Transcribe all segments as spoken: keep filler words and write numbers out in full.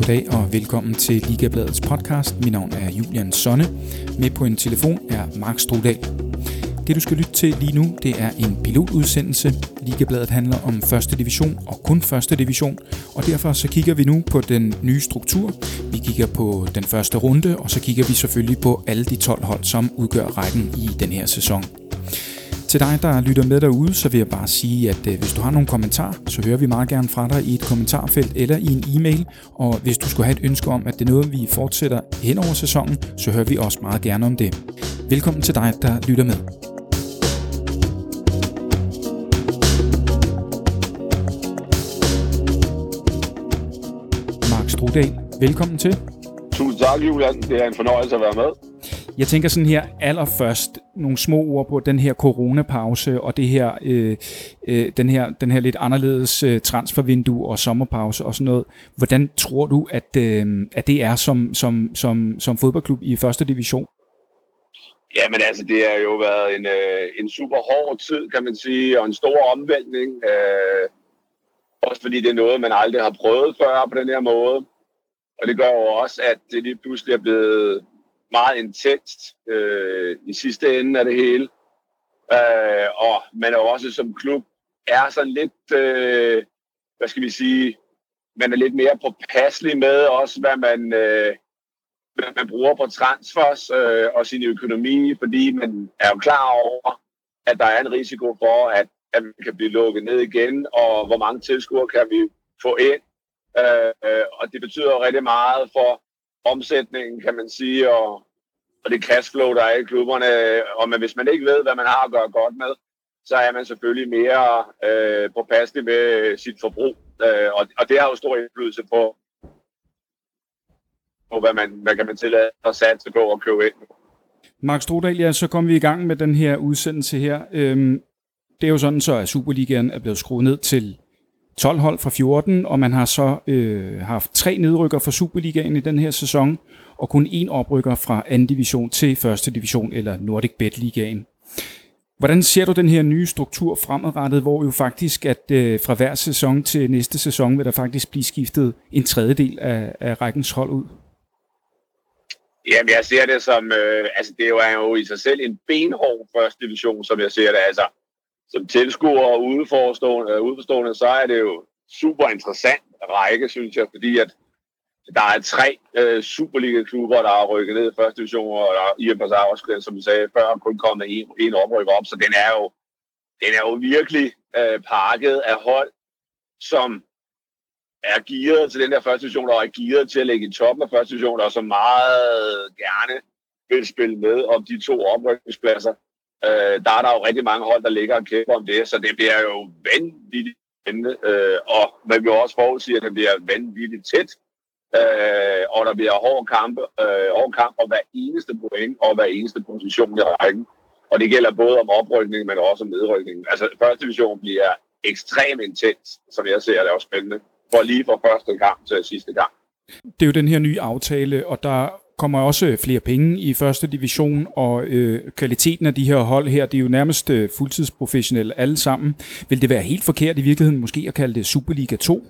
Goddag og velkommen til Ligabladets podcast. Mit navn er Julian Sonne. Med på en telefon er Mark Strudal. Det du skal lytte til lige nu, det er en pilotudsendelse. Ligabladet handler om første division og kun første division, og derfor så kigger vi nu på den nye struktur. Vi kigger på den første runde, og så kigger vi selvfølgelig på alle de tolv hold, som udgør rækken i den her sæson. Til dig, der lytter med derude, så vil jeg bare sige, at øh, hvis du har nogle kommentarer, så hører vi meget gerne fra dig i et kommentarfelt eller i en e-mail. Og hvis du skulle have et ønske om, at det er noget, vi fortsætter hen over sæsonen, så hører vi også meget gerne om det. Velkommen til dig, der lytter med. Mark Strudal, velkommen til. Tusind tak, Julian. Det er en fornøjelse at være med. Jeg tænker sådan her allerførst nogle små ord på den her coronapause og det her, øh, øh, den her, den her lidt anderledes øh, transfervindue og sommerpause og sådan noget. Hvordan tror du, at, øh, at det er som, som, som, som fodboldklub i første division? Jamen altså, det har jo været en, øh, en super hård tid, kan man sige, og en stor omvæltning. Øh, også fordi det er noget, man aldrig har prøvet før på den her måde. Og det gør jo også, at det lige pludselig er blevet meget intenst øh, i sidste ende af det hele. Øh, og man er også som klub er sådan lidt, øh, hvad skal vi sige, man er lidt mere påpasselig med også, hvad man, øh, hvad man bruger på transfers øh, og sin økonomi, fordi man er jo klar over, at der er en risiko for, at, at man kan blive lukket ned igen, og hvor mange tilskuere kan vi få ind. Øh, øh, og det betyder rigtig meget for omsætningen, kan man sige, og, og det cashflow, der er i klubberne. Og men hvis man ikke ved, hvad man har at gøre godt med, så er man selvfølgelig mere øh, påpasselig med sit forbrug. Øh, og, og det har jo stor indflydelse på, på hvad, man, hvad kan man tillade at satse på og købe ind. Mark Strudal, ja, så kom vi i gang med den her udsendelse her. Øhm, det er jo sådan, så at Superligaen er blevet skruet ned til tolv hold fra fjorten, og man har så øh, haft tre nedrykker fra Superligaen i den her sæson, og kun én oprykker fra anden division til første division, eller Nordic Bet Ligaen. Hvordan ser du den her nye struktur fremadrettet, hvor jo faktisk, at øh, fra hver sæson til næste sæson, vil der faktisk blive skiftet en tredjedel af, af rækkens hold ud? Jamen, jeg ser det som, øh, altså det er jo i sig selv en benhård første division, som jeg ser det, altså. Som tilskuer og udeforstående, udeforstående, så er det jo super interessant række, synes jeg, fordi at der er tre øh, Superliga-klubber, der har rykket ned i første division, og der er i og for sig også, som vi sagde før, kun kommet en, en oprykker op, så den er jo, den er jo virkelig øh, pakket af hold, som er gearet til den der første division, og er gearet til at ligge i toppen af første division, og som meget gerne vil spille med om de to oprykningspladser. Øh, der er der jo rigtig mange hold, der ligger og kæmper om det, så det bliver jo vanvittigt spændende, øh, og man vil også forudsige, at det bliver vanvittigt tæt, øh, og der bliver hård kamp, øh, hård kamp om hver eneste point og hver eneste position i rækken. Og det gælder både om oprykning, men også om nedrykning. Altså første division bliver ekstremt intens, som jeg ser det også spændende, for lige fra første kamp til sidste kamp. Det er jo den her nye aftale, og der kommer også flere penge i første division, og øh, kvaliteten af de her hold her, det er jo nærmest øh, fuldtidsprofessionelle alle sammen. Vil det være helt forkert i virkeligheden måske at kalde det Superliga to?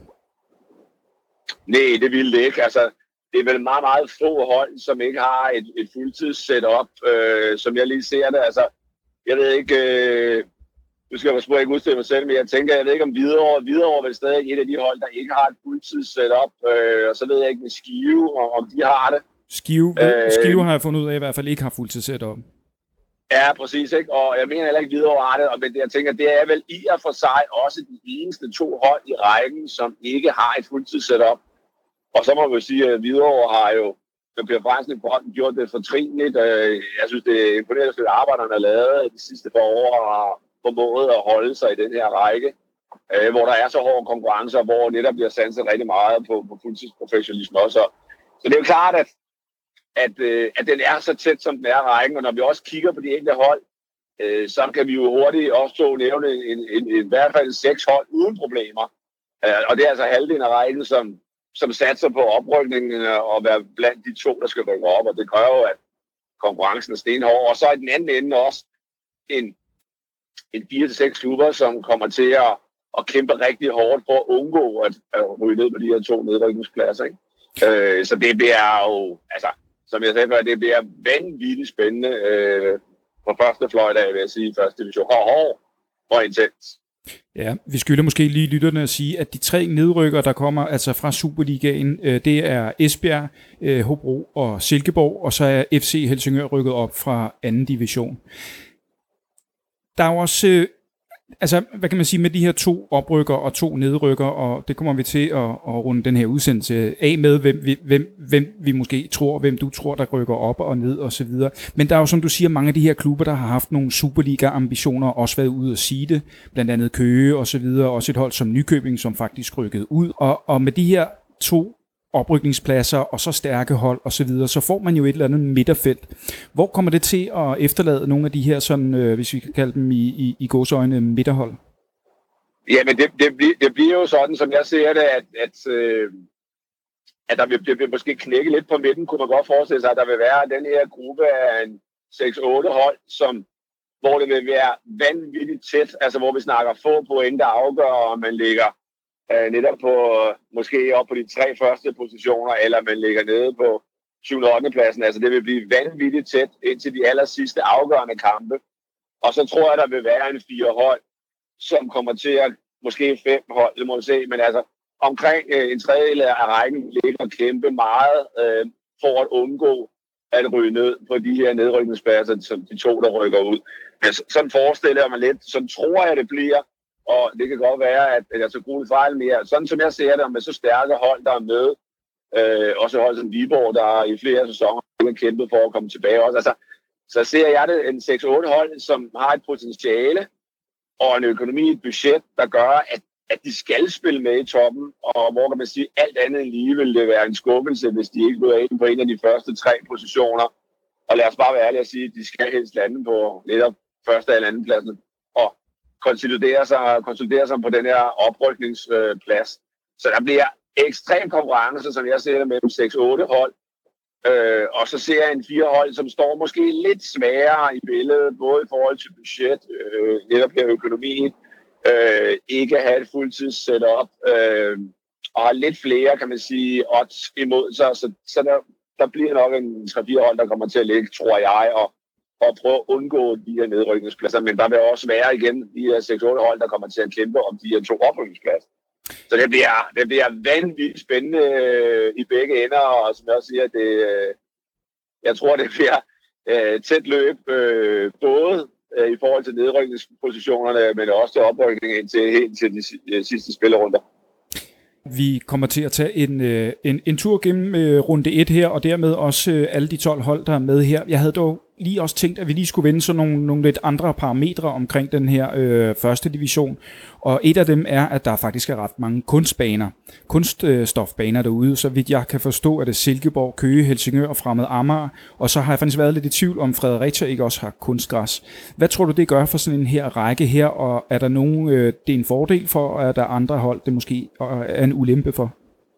Nej, det vil det ikke. Altså, det er vel meget, meget få hold, som ikke har et, et fuldtids-setup, øh, som jeg lige ser det. Altså, jeg ved ikke, øh, nu skal jeg spørge ikke udstille mig selv, men jeg tænker, jeg ved ikke om Hvidovre. Hvidovre er vel stadig et af de hold, der ikke har et fuldtids-setup, øh, og så ved jeg ikke med Skive, om de har det. Skive, Skive har jeg fundet ud af, i hvert fald ikke har fuldtids-setup. Ja, præcis, ikke? Og jeg mener heller ikke Hvidovre har det, men jeg tænker, det er vel i og for sig også de eneste to hold i rækken, som ikke har et fuldtids-setup. Og så må vi jo sige, at Hvidovre har jo, som Per Frandsen i bolden, gjort det fortrinligt. Jeg synes, det er imponerende, at arbejderne har lavet de sidste par år og har formået at holde sig i den her række, hvor der er så hårde konkurrencer, hvor netop bliver sanset rigtig meget på, på fuldtidsprofessionalisme også. Så det er jo klart, at At, øh, at den er så tæt, som den er rækken, og når vi også kigger på de enkelte hold, øh, så kan vi jo hurtigt også to nævne en, en, en, en, i hvert fald seks hold uden problemer. Øh, og det er altså halvdelen af rækken, som, som satser på oprykningen og være blandt de to, der skal rykke op, og det gør jo, at konkurrencen er stenhård. Og så i den anden ende også en, en fire til seks klubber, som kommer til at, at kæmpe rigtig hårdt for at undgå at, at ryge ned på de her to nedrykningspladser, ikke? Øh, så det bliver jo, altså, som jeg sagde før, det bliver vanvittigt spændende øh, på første fløjdag, vil jeg sige, første division. Hård, hård og intens. Ja, vi skylder måske lige lytterne at sige, at de tre nedrykker, der kommer altså fra Superligaen, øh, det er Esbjerg, øh, Hobro og Silkeborg, og så er F C Helsingør rykket op fra anden division. Der er jo også, øh, altså hvad kan man sige med de her to oprykker og to nedrykker, og det kommer vi til at, at runde den her udsendelse af med, hvem vi, hvem, hvem vi måske tror, hvem du tror, der rykker op og ned og så videre. Men der er jo, som du siger, mange af de her klubber, der har haft nogle Superliga-ambitioner, også været ude at sige det, blandt andet Køge og så videre, også et hold som Nykøbing, som faktisk rykkede ud, og, og med de her to oprykningspladser og så stærke hold og så videre, så får man jo et eller andet midterfelt. Hvor kommer det til at efterlade nogle af de her, sådan, øh, hvis vi kan kalde dem i, i, i gåseøjne, midterhold? Jamen, det, det, bliver, det bliver jo sådan, som jeg ser det, at, at, øh, at der vil, det vil måske knække lidt på midten, kunne man godt forestille sig, at der vil være den her gruppe af en seks otte hold, som, hvor det vil være vanvittigt tæt, altså hvor vi snakker få point, der afgør, om man ligger øh, netop på, måske op på de tre første positioner, eller man ligger nede på syvende og ottende pladsen. Altså det vil blive vanvittigt tæt indtil de aller sidste afgørende kampe. Og så tror jeg, der vil være en fire hold, som kommer til at, måske fem hold, det må vi se, men altså omkring øh, en tredjedel af rækken ligger og kæmpe meget øh, for at undgå at ryge ned på de her nedrykningspladser, som de to, der rykker ud. Men sådan forestiller jeg mig lidt, sådan tror jeg, det bliver, og det kan godt være, at jeg tager gode fejl mere. Sådan som jeg ser det, med så stærke hold, der er med, øh, også hold som Viborg, der i flere sæsoner har kæmpet for at komme tilbage også. Altså, så ser jeg det en seks otte hold, som har et potentiale og en økonomi, et budget, der gør, at, at de skal spille med i toppen, og hvor kan man sige, alt andet end lige vil det være en skuffelse, hvis de ikke bliver ind på en af de første tre positioner. Og lad os bare være ærlige at sige, at de skal helst lande på netop første eller anden pladsen, og konsolidere sig, konsolidere sig på den her oprykningsplads. Så der bliver ekstrem konkurrence, som jeg ser det, mellem seks otte hold. Øh, og så ser jeg en fire hold, som står måske lidt sværere i billedet, både i forhold til budget, øh, netop her økonomien, øh, ikke at have et fuldtids setup, øh, og har lidt flere, kan man sige, odds imod sig. Så, så der, der bliver nok en tre fire hold, der kommer til at ligge, tror jeg, og, og prøve at undgå de her nedrykningspladser. Men der vil også være igen de her seks otte hold, der kommer til at kæmpe om de her to oprykningspladser. Så det bliver, det bliver vanvittigt spændende øh, i begge ender, og som jeg også siger, det, øh, jeg tror, det bliver øh, tæt løb, øh, både øh, i forhold til nedrykningspositionerne, men også til oprykning indtil, helt til de øh, sidste spillerunder. Vi kommer til at tage en, øh, en, en tur gennem øh, runde et her, og dermed også øh, alle de tolv hold, der er med her. Jeg havde dog lige også tænkt, at vi lige skulle vende sådan nogle, nogle lidt andre parametre omkring den her øh, første division. Og et af dem er, at der faktisk er ret mange kunstbaner, kunststofbaner derude. Så vidt jeg kan forstå, at det Silkeborg, Køge, Helsingør og Fremad Amager. Og så har jeg faktisk været lidt i tvivl om Fredericia ikke også har kunstgræs. Hvad tror du, det gør for sådan en her række her? Og er der nogen, øh, det er en fordel for, og er der andre hold, det måske er en ulempe for?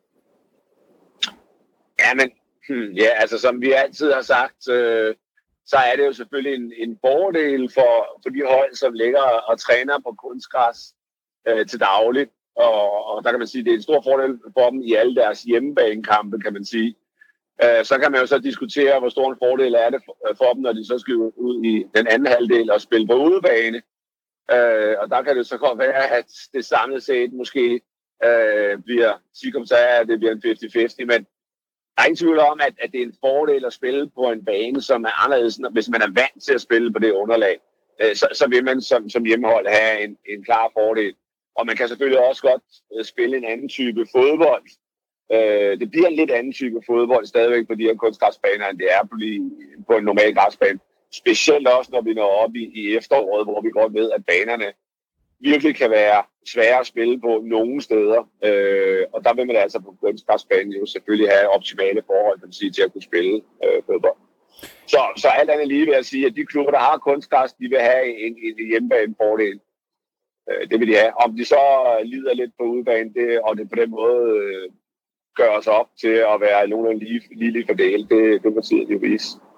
Ja, men hmm, ja, altså som vi altid har sagt, øh, så er det jo selvfølgelig en, en fordel for, for de hold, som ligger og træner på kunstgræs øh, til dagligt. Og, og der kan man sige, at det er en stor fordel for dem i alle deres hjemmebanekampe, kan man sige. Øh, så kan man jo så diskutere, hvor stor en fordel er det for, for dem, når de så skal ud i den anden halvdel og spille på udebane. Øh, og der kan det så godt være, at det samlet set måske øh, bliver, sig om så at det bliver en halvtreds halvtreds, men der er ingen tvivl om, at, at det er en fordel at spille på en bane, som er anderledes, hvis man er vant til at spille på det underlag. Øh, så, så vil man som, som hjemmehold have en, en klar fordel. Og man kan selvfølgelig også godt øh, spille en anden type fodbold. Øh, det bliver en lidt anden type fodbold stadigvæk på de her kunstgræsbaner, end det er på, de, på en normal græsbane. Specielt også, når vi når op i, i efteråret, hvor vi godt ved, at banerne virkelig kan være svære at spille på nogle steder. Øh, og der vil man altså på kunstgræsbanen jo selvfølgelig have optimale forhold, kan man sige, til at kunne spille øh, fodbold. Så, så alt andet lige vil jeg sige, at de klubber, der har kunstgræs, de vil have en, en hjemmebanefordel. Øh, det vil de have. Om de så lider lidt på udebane, det, og det på den måde øh, gør os op til at være nogenlunde lige, lige fordelt, det, det må tiden jo vise.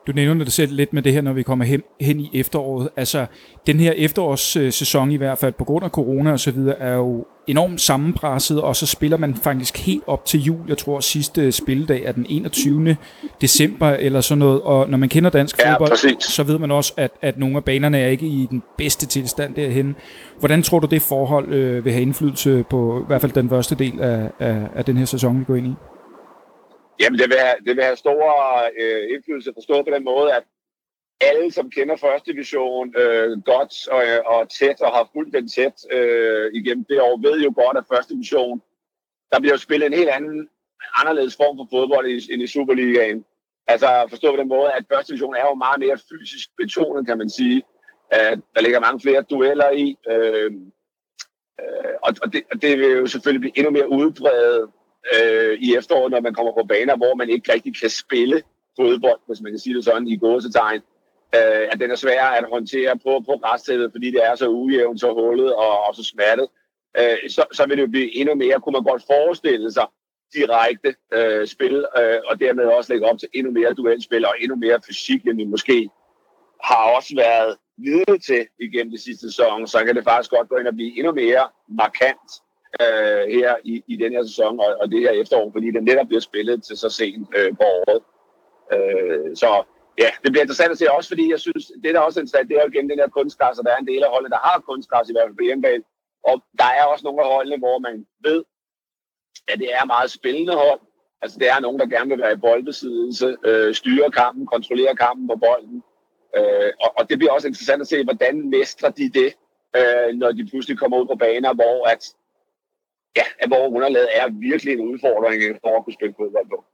Du nævner det selv lidt med det her, når vi kommer hen, hen i efteråret. Altså, den her efterårssæson i hvert fald, på grund af corona og så videre, er jo enormt sammenpresset, og så spiller man faktisk helt op til jul. Jeg tror, sidste spilledag er den enogtyvende december eller sådan noget, og når man kender dansk ja, fodbold, præcis. så ved man også, at, at nogle af banerne er ikke i den bedste tilstand derhen. Hvordan tror du, det forhold øh, vil have indflydelse på i hvert fald den første del af, af, af den her sæson, vi går ind i? Jamen, det vil have, det vil have store øh, indflydelse forstået på den måde, at alle, som kender første division øh, godt og, og tæt og har fulgt den tæt øh, igennem det år, ved jo godt, at første division, der bliver jo spillet en helt anden, anderledes form for fodbold end i Superligaen. Altså forstået på den måde, at første division er jo meget mere fysisk betonet, kan man sige. At der ligger mange flere dueller i, øh, øh, og, det, og det vil jo selvfølgelig blive endnu mere udbredt øh, i efteråret, når man kommer på baner, hvor man ikke rigtig kan spille fodbold, hvis man kan sige det sådan, i gåsetegn. Øh, at den er sværere at håndtere på, på græstæppet, fordi det er så ujævnt, så hullet og, og så smattet. Øh, så, så vil det jo blive endnu mere, kunne man godt forestille sig, direkte øh, spil, øh, og dermed også lægge op til endnu mere duelspil og endnu mere fysik, end vi måske har også været vidne til igennem de sidste sæson. Så kan det faktisk godt gå ind og blive endnu mere markant øh, her i, i den her sæson og, og det her efterår, fordi det netop bliver spillet til så sent øh, på året. Øh, så ja, det bliver interessant at se også, fordi jeg synes, det der også er interessant, det er jo igen den her kunstgræs, og der er en del af holdene, der har kunstgræs i hvert fald på hjemmebane, og der er også nogle af holdene, hvor man ved, at det er meget spillende hold. Altså det er nogen, der gerne vil være i boldbesiddelse, øh, styre kampen, kontrollere kampen på bolden. Øh, og, og det bliver også interessant at se, hvordan mestrer de det, øh, når de pludselig kommer ud på baner, hvor at, ja, at hvor underlaget er virkelig en udfordring for at kunne spille fodbold på.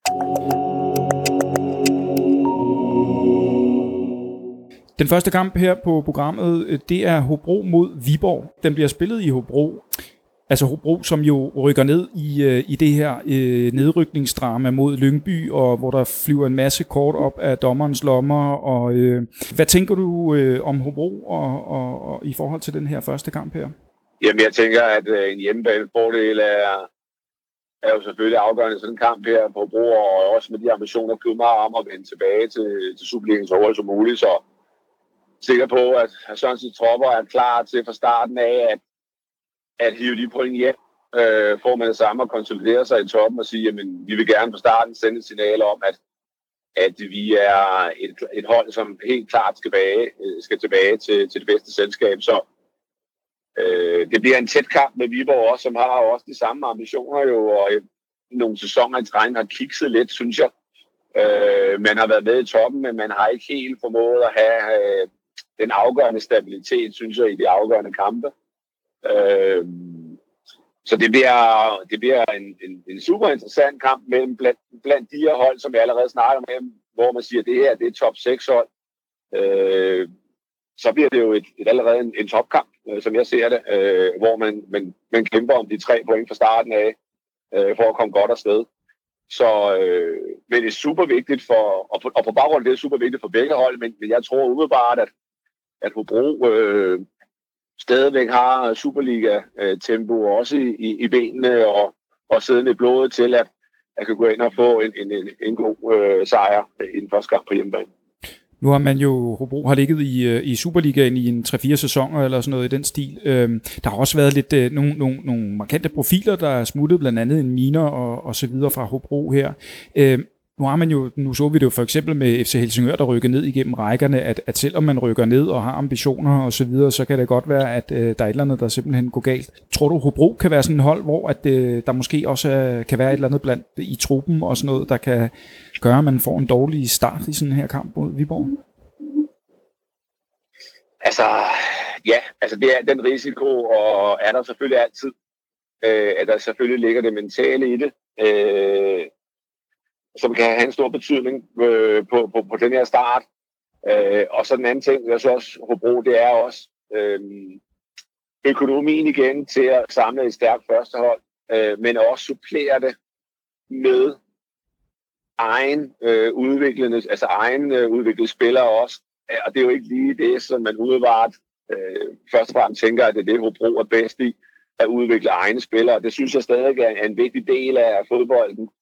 Den første kamp her på programmet, det er Hobro mod Viborg. Den bliver spillet i Hobro. Altså Hobro, som jo rykker ned i, i det her øh, nedrykningsdrama mod Lyngby, og hvor der flyver en masse kort op af dommerens lommer. Og, øh, hvad tænker du øh, om Hobro og, og, og i forhold til den her første kamp her? Jamen jeg tænker, at øh, en hjemmebanefordel er, er jo selvfølgelig afgørende sådan en kamp her på Hobro, og også med de ambitioner, klubben har om at vende tilbage til, til Superligaen så hurtigt som muligt. Så sikker på, at Sørensens tropper er klar til fra starten af, at at hive de point hjem, øh, får man det samme og konsolidere sig i toppen og sige, jamen vi vil gerne fra starten sende et signal om, at, at vi er et, et hold, som helt klart skal tilbage, skal tilbage til, til det bedste selskab. Så øh, det bliver en tæt kamp med Viborg også, som har også de samme ambitioner jo, og nogle sæsoner i træning har kikset lidt, synes jeg. Øh, man har været med i toppen, men man har ikke helt formået at have øh, den afgørende stabilitet, synes jeg, i de afgørende kampe. Øh, så det bliver, det bliver en, en, en super interessant kamp mellem blandt, blandt de her hold, som jeg allerede snakker med, hvor man siger, at det her det er top seks hold. Øh, så bliver det jo et, et allerede en, en topkamp, øh, som jeg ser det, øh, hvor man, man, man kæmper om de tre point fra starten af, øh, for at komme godt afsted. Så øh, men det er super vigtigt for, og på, og på baggrund af det er super vigtigt for begge hold, men, men jeg tror umiddelbart, at, at Hobro øh, stadigvæk har Superliga-tempo også i, i, i benene og, og siddende i blodet til, at jeg kan gå ind og få en, en, en, en god øh, sejr i den første kamp på hjemmebane. Nu har man jo, Hobro har ligget i, i Superligaen i en tre fire sæsoner eller sådan noget i den stil. Øhm, der har også været lidt øh, nogle, nogle, nogle markante profiler, der er smuttet, blandt andet en Miner og, og så videre fra Hobro her. Øhm, Nu har man jo, nu så vi det jo for eksempel med F C Helsingør, der rykker ned igennem rækkerne, at, at selvom man rykker ned og har ambitioner og så videre, så kan det godt være, at øh, der er et eller andet, der simpelthen går galt. Tror du, Hobro kan være sådan et hold, hvor at, øh, der måske også øh, kan være et eller andet blandt i truppen og sådan noget, der kan gøre, at man får en dårlig start i sådan en her kamp mod Viborg? Altså, ja, altså det er den risiko, og er der selvfølgelig altid, øh, at der selvfølgelig ligger det mentale i det. Øh, som kan have en stor betydning øh, på, på, på den her start. Øh, og så den anden ting, jeg så også Hobro, det er også øh, økonomien igen til at samle et stærkt førstehold, øh, men også supplere det med egen øh, udviklende, altså egen øh, udviklede spillere også. Og det er jo ikke lige det, som man udvaret øh, først og fremmest tænker, at det er det, Hobro er bedst i, at udvikle egne spillere. Det synes jeg stadig er en vigtig del af fodbolden.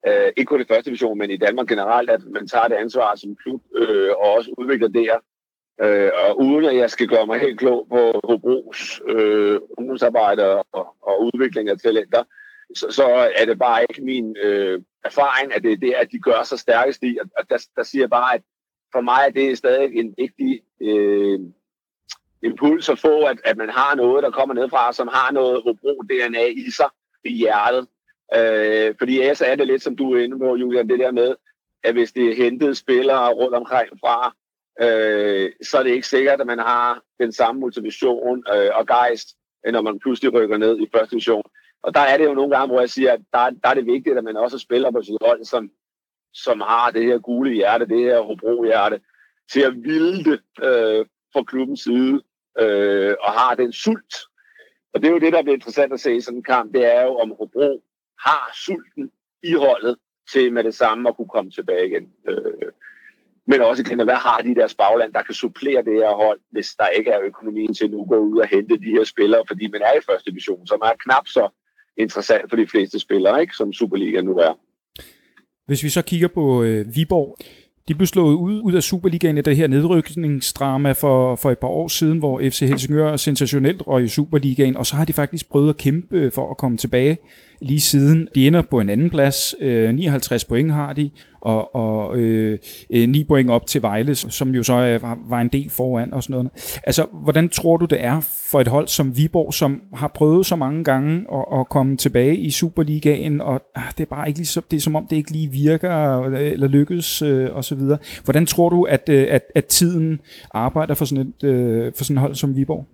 øh, ikke kun i første division, men i Danmark generelt, at man tager det ansvar som klub øh, og også udvikler det her. Øh, og uden at jeg skal gøre mig helt klog på Hobros øh, ungdomsarbejde og, og udvikling af talenter, så, så er det bare ikke min øh, erfaring, at det er det, at de gør sig stærkest i. Og der, der siger jeg bare, at for mig er det stadig en vigtig øh, impuls at få, at, at man har noget, der kommer nedfra, som har noget Hobro-D N A i sig, i hjertet. Øh, fordi ellers er det lidt, som du er inde på, Julian, det der med, at hvis det er hentet spillere rundt omkring fra, øh, så er det ikke sikkert, at man har den samme motivation øh, og gejst, når man pludselig rykker ned i første division. Og der er det jo nogle gange, hvor jeg siger, at der, der er det vigtigt, at man også spiller på sit hold, som, som har det her gule hjerte, det her Hobro-hjerte, til at vilde øh, fra klubbens side, øh, og har den sult. Og det er jo det, der bliver interessant at se i sådan en kamp, det er jo, om Hobro har sulten i holdet til med det samme at kunne komme tilbage igen. Øh, men også igen, hvad har de deres bagland, der kan supplere det her hold, hvis der ikke er økonomien til nu at gå ud og hente de her spillere, fordi man er i første division, som er knap så interessant for de fleste spillere, ikke, som Superliga nu er. Hvis vi så kigger på øh, Viborg, de blev slået ud, ud af Superligaen i det her nedrykningsdrama for, for et par år siden, hvor F C Helsingør sensationelt røg i Superligaen, og så har de faktisk prøvet at kæmpe for at komme tilbage lige siden. De ender på en anden plads, øh, nioghalvtreds point har de, og, og øh, ni point op til Vejle, som jo så øh, var en del foran og sådan noget. Altså, hvordan tror du, det er for et hold som Viborg, som har prøvet så mange gange at, at komme tilbage i Superligaen, og ah, det er bare ikke lige, det er som om det ikke lige virker eller lykkes øh, og så videre. Hvordan tror du, at, at, at tiden arbejder for sådan et øh, for sådan et hold som Viborg?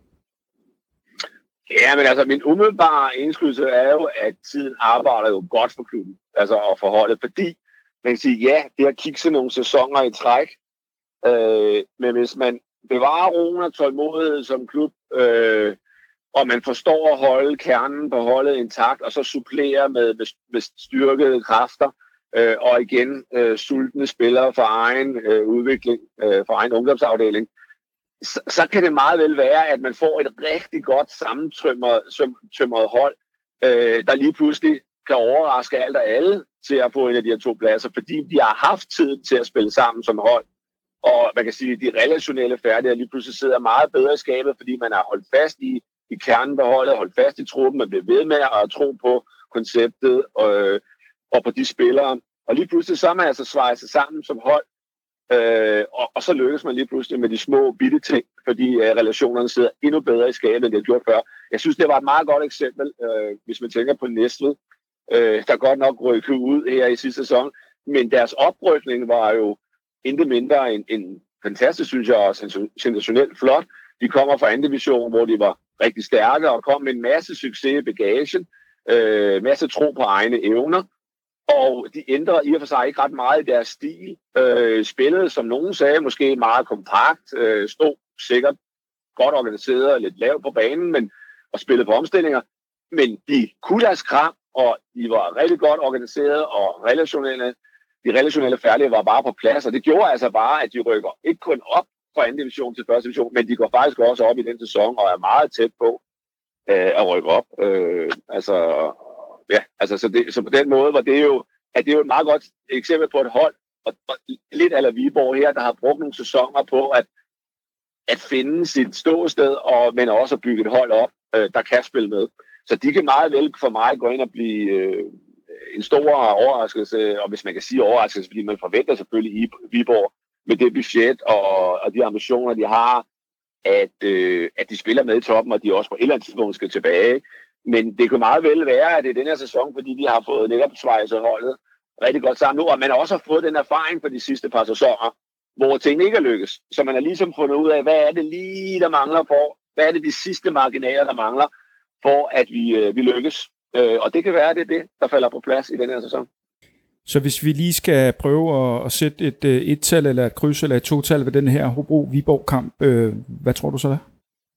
Ja, men altså, min umiddelbare indskydelse er jo, at tiden arbejder jo godt for klubben, altså og for holdet, fordi man kan sige, ja, det har kigget nogle sæsoner i træk, øh, men hvis man bevarer roen og tålmodighed som klub, øh, og man forstår at holde kernen på holdet intakt, og så supplerer med, med, med styrkede kræfter, øh, og igen øh, sultne spillere for egen øh, udvikling, øh, for egen ungdomsafdeling, så, så kan det meget vel være, at man får et rigtig godt sammentømret hold, øh, der lige pludselig kan overraske alt og alle til at få en af de her to pladser, fordi de har haft tid til at spille sammen som hold. Og man kan sige, at de relationelle færdigheder lige pludselig sidder meget bedre i skabet, fordi man har holdt fast i, i kernen på holdet, holdt fast i truppen, man bliver ved med at tro på konceptet og, og på de spillere. Og lige pludselig så er man altså svejset sammen som hold, øh, og, og så lykkes man lige pludselig med de små bitte ting, fordi øh, relationerne sidder endnu bedre i skabet, end det har gjort før. Jeg synes, det var et meget godt eksempel, øh, hvis man tænker på Næstved, øh, der godt nok rykkede ud her i sidste sæson, men deres oprykning var jo intet mindre end, end fantastisk, synes jeg, og sensationelt flot. De kommer fra anden division, hvor de var rigtig stærke, og kom med en masse succes i bagagen, øh, masse tro på egne evner, og de ændrer i og for sig ikke ret meget i deres stil. Øh, spillede, som nogen sagde, måske meget kompakt, øh, stod sikkert godt organiseret og lidt lavt på banen, men, og spillede på omstillinger, men de kunne deres kram, og de var rigtig godt organiseret og relationelle. De relationelle færdige var bare på plads, og det gjorde altså bare, at de rykker ikke kun op fra anden division til første division, men de går faktisk også op i den sæson og er meget tæt på øh, at rykke op. Øh, altså, ja, altså så, det, så på den måde var det jo, at det er jo et meget godt eksempel på et hold, og, og lidt a la Viborg her, der har brugt nogle sæsoner på at, at finde sit ståsted, og, men også at bygge et hold op, øh, der kan spille med. Så de kan meget vel for mig gå ind og blive øh, en stor overraskelse, og hvis man kan sige overraskelse, fordi man forventer selvfølgelig i Viborg med det budget og, og de ambitioner, de har, at, øh, at de spiller med i toppen, og de også på et eller andet tidspunkt skal tilbage. Men det kan meget vel være, at det er den her sæson, fordi de har fået netop svejset holdet rigtig godt sammen nu, og man også har fået den erfaring på de sidste par sæsoner, hvor tingene ikke er lykkes. Så man har ligesom fundet ud af, hvad er det lige, der mangler for, hvad er det de sidste marginaler, der mangler, for at vi, øh, vi lykkes. Øh, og det kan være, at det er det, der falder på plads i den her sæson. Så hvis vi lige skal prøve at, at sætte et øh, et-tal eller et kryds eller et to-tal ved den her Hobro-Viborg-kamp, øh, hvad tror du så der?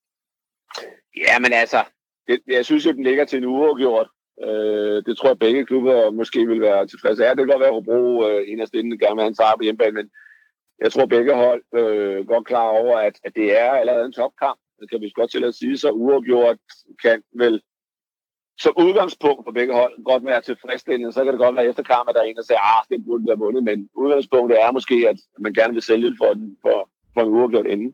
Ja, men altså, det, jeg synes jo, den ligger til en uafgjort. Øh, det tror jeg, begge klubber måske vil være tilfredse af. Det kan godt være, at Hobro øh, inderst inden gerne vil have en sejr på hjemmebane, men jeg tror, begge hold øh, godt klar over, at, at det er allerede en topkamp. Det kan vi godt til at sige, så uafgjort kan vel som udgangspunkt for begge hold godt være tilfredsstillende. Så kan det godt være efter kamp, at der er en, der siger, ah, det burde være vundet, men udgangspunktet er måske, at man gerne vil sælge for, den, for, for en uafgjort ende.